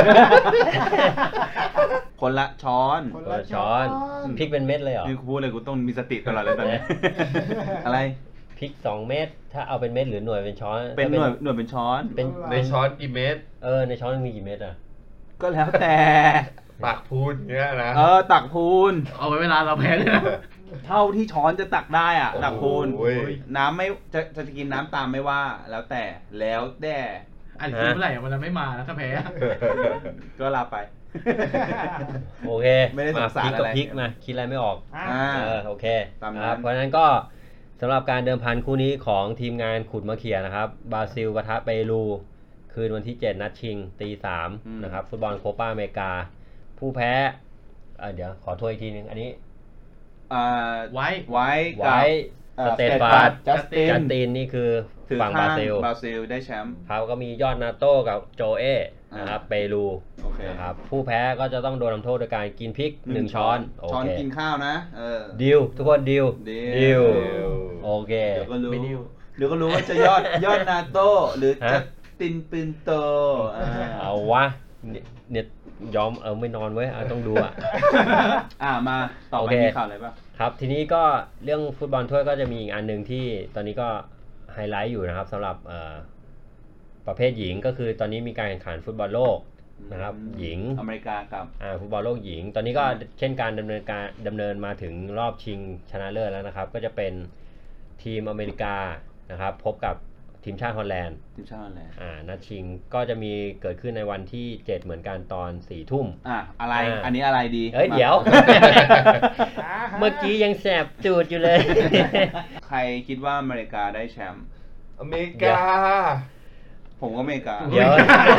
คนละช้อนคนคนละละช้ช้ออน นพริกเป็นเม็ดเลยเหรอนี่กูพูดเลยกูต้องมีสติตลอดเลยตอนนี้ อะไรพริกสองเม็ดถ้าเอาเป็นเม็ดหรือหน่วยเป็นช้อนเป็นหน่วยหน่วยเป็นช้อนเป็นในช้อนกี่เม็ดเออในช้อนมีกี่เม็ดอ่ะก็แล้วแต่ปากพูดเงี้ยนะเออ ตักพูนเอาไว้เวลาเราแพ้เลยนะเท่าที่ช้อนจะตักได้อ่ะ ตักพูนโอ้ยน้ำไม่จะจะกินน้ำตามไม่ว่า แล้วแต่แล้วแต่อันนี้เมื่อไหร่อะมันจะไม่มาแล้วถ้าแพ้ก็ลาไปโอเคไม่ได้สงสารพริกกับอะไรพริกมาคิดอะไรไม่ออกอ่ะอ่าเออโอเคตามนั้นครับเพราะฉะนั้นก็สำหรับการเดิมพันคู่นี้ของทีมงานขุดมะเขียนะครับบราซิลปะทะเปรู คืนวันที่เจ็ดนัดชิงตีสามนะครับฟุตบอลโคปาอเมริกา ผู้แพ้เอ่อเดี๋ยวขอโทษอีกทีนึงอันนี้อ่าไว้ไว้ไว้กับสเตตอ่อฟาร์ดจัสตินจันตีนนี่คือถือฝั่งบข้าราซิลบราซิลได้แชมป์ครับก็มียอดนาโต้กับโจเอนะครับเปรูโอเคนะครับผู้แพ้ก็จะต้องโดนทำโทษโดยการกินพริกหนึ่งช้อนโอช้อนเคกินข้าวนะ เออดิวทุกคนดิวดิวโอเคเดี๋ยวก็รู้ไม่ดิวเดี๋ยวก็รู้ว่าจะยอด ยอดนาโต้หรือฮะจะตินปืนโตอ่าเอาวะเนี่ยเนี่ยยอมเออไม่นอนเว้ยเอาต้องดูอ่ะอ่ามาต่อโอไปเคมีข่าวอะไรป่ะครับทีนี้ก็เรื่องฟุตบอลถ้วยก็จะมีอีกอันหนึ่งที่ตอนนี้ก็ไฮไลท์อยู่นะครับสำหรับเอ่อประเภทหญิงก็คือตอนนี้มีการแข่งขันฟุตบอลโลกนะครับอืมหญิงอเมริกากับอ่าฟุตบอลโลกหญิง ตอนนี้ก็เช่นการดำเนินการดำเนินมาถึงรอบชิงชนะเลิศแล้วนะครับ ก็จะเป็นทีมอเมริกานะครับ พบกับทีมชาติฮอลแลนด์ทีมชาติอะไรอ่านัดชิงก็จะมีเกิดขึ้นในวันที่เจ็ดเหมือนกันตอนสี่ทุ่มอ่ะอะไรอ่าอันนี้อะไรดีเอ้ยมาเดี๋ยวอ่าฮะเมื่อกี้ยังแสบจูดอยู่เลยใครคิดว่าอเมริกาได้แชมป์อเมริกาผมก็อเมริกาเดี๋ยว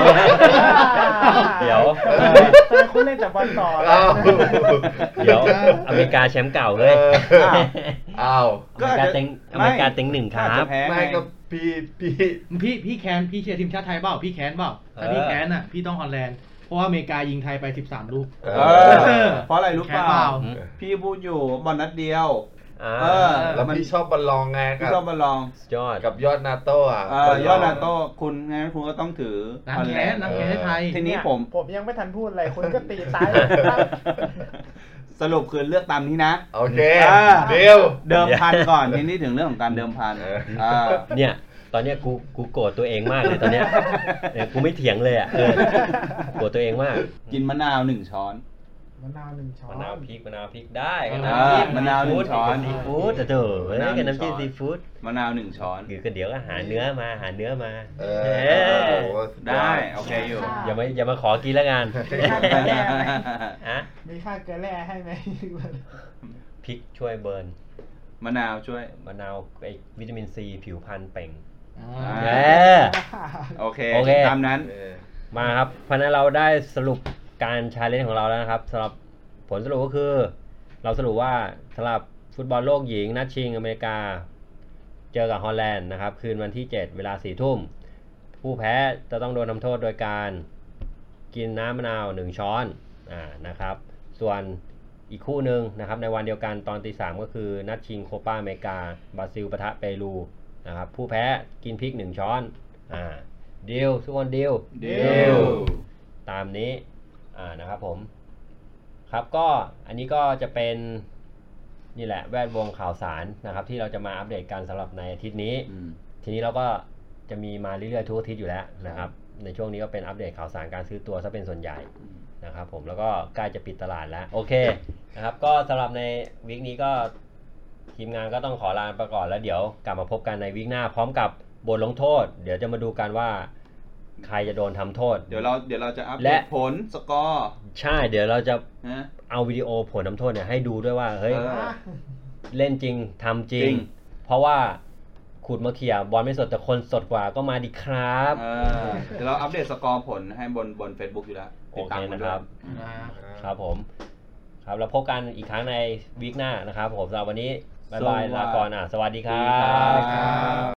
เดี๋ยวทำไมคุณเล่นแต่บอลต่ออ้าวเดี๋ยวอเมริกาแชมป์เก่าเฮ้ยอ้าวอเมริกาเต็งอเมริกาเต็งหนึ่งคอาจรัจะบแพ้ไม่ก็พี่พี่พี่พี่แคนพี่เชียร์ทีมชาติไทยเปล่าพี่แคนเปล่าถ้าพี่แคนอ่ะพี่ต้องฮอลแลนด์เพราะว่าอเมริกายิงไทยไปสิบสามลูกเอเอออเพราะอะไรรู้เปแพ้เปล่าล่าอืมพี่พูดอยู่บอลนัดเดียวอ่าเออแล้วพี่ชอบบอลลองไงพี่กับชอบมาลองยอดกับยอดนาโต้อะเอ่อยอดนาโต้คุณงั้นคุณก็ต้องถือล้างฮอลแค้แลนนด์ล้างแค้นให้ไทยทีนี้ผมผมยังไม่ทันพูดอะไรคุณก็ตีตายสรุปคือเลือกตามนี้นะโอเคอ่าเดียวเดิมพันก่อนทีนี้ถึงเรื่องของการเดิมพันเอออ่าเนี่ย ตอนเนี้ยกูกูโกรธตัวเองมากเลยตอนเนี้ยเนี่ยกูไม่เถียงเลยอ่ะเออโกรธตัวเองมากกินมะนาวหนึ่งช้อนมะนาวหนึ่งช้อนมะนาวพริกมะนาวพริกได้ก็อ่าน้ำจิ้มมะนาวหนึ่งช้อนซีฟู้ดแต่เถอะเฮ้ยมะนาวหนึ่กับงน้ำจิ้มช้อนซีฟู้ดมะนาวหนึ่งช้อนคือก็เดี๋ยวก็หาเนื้อมาหาเนื้อมาเอเอออโอ้โหได้โอเคอยู่อย่ามาอย่ามาขอกินแล้วกันมีค่าเกลือแร่ไหมอะมีค่าเกลือแร่ให้ไหมพริกช่วยเบิร์นมะนาวช่วยมะนาวไอวิตามินซีผิวพรรณเป่งอ่าเออโอเคโอเคตามนั้นเออมาครับเพราะฉะนั้นเราได้สรุปการชาเลนจ์ของเราแล้วนะครับสำหรับผลสรุปก็คือ เราสรุปว่าสำหรับฟุตบอลโลกหญิงนัดชิงอเมริกา เจอกับฮอลแลนด์นะครับคืนวันที่เจ็ดเวลาสี่ทุ่มผู้แพ้จะต้องโดนทำโทษโดยการกินน้ำมะนาวหนึ่งช้อนอ่านะครับส่วนอีกคู่หนึ่งนะครับในวันเดียวกันตอนตีสามก็คือนัดชิงโคปาอเมริกาบราซิลปะทะเปรูนะครับผู้แพ้กินพริกหนึ่งช้อนอ่าดีลทุกคนดีล Deal ตามนี้อ่านะครับผมครับก็อันนี้ก็จะเป็นนี่แหละแวดวงข่าวสารนะครับที่เราจะมาอัปเดตกันสำหรับในอาทิตย์นี้อืมทีนี้เราก็จะมีมาเรื่อยๆทุกอาทิตย์อยู่แล้วนะครับในช่วงนี้ก็เป็นอัปเดตข่าวสารการซื้อตัวซะเป็นส่วนใหญ่นะครับผมแล้วก็ใกล้จะปิดตลาดแล้วโอเคนะครับก็สำหรับในวีคนี้ก็ทีมงานก็ต้องขอลาไปก่อนแล้วเดี๋ยวกลับมาพบกันในวีคหน้าพร้อมกับบทลงโทษ เดี๋ยวจะมาดูกันว่าใครจะโดนทำโทษเดี๋ยวเราเดี๋ยวเราจะอัปเดและตผลสกอร์ใช่เดี๋ยวเราจะนะเอาวิดีโอผลทำโทษเนี่ยให้ดูด้วยว่าเฮ้ยเออเล่นจริงทำจริจริงงเพราะว่าขูดมะเขียบอลไม่สดแต่คนสดกว่าก็มาดิครับเออเดี๋ยวเราอัปเดตสกอร์ผลให้บนบน Facebook อยู่แล้วติดตามกันด้วยโอเคนะครับ ครับผมครับแล้วพบกันอีกครั้งในวีคหน้านะครับผมสำหรับวันนี้บ๊ายบายสวัสดีลาก่อนอ่ะสวัสดีครัสวัสดีครับ บ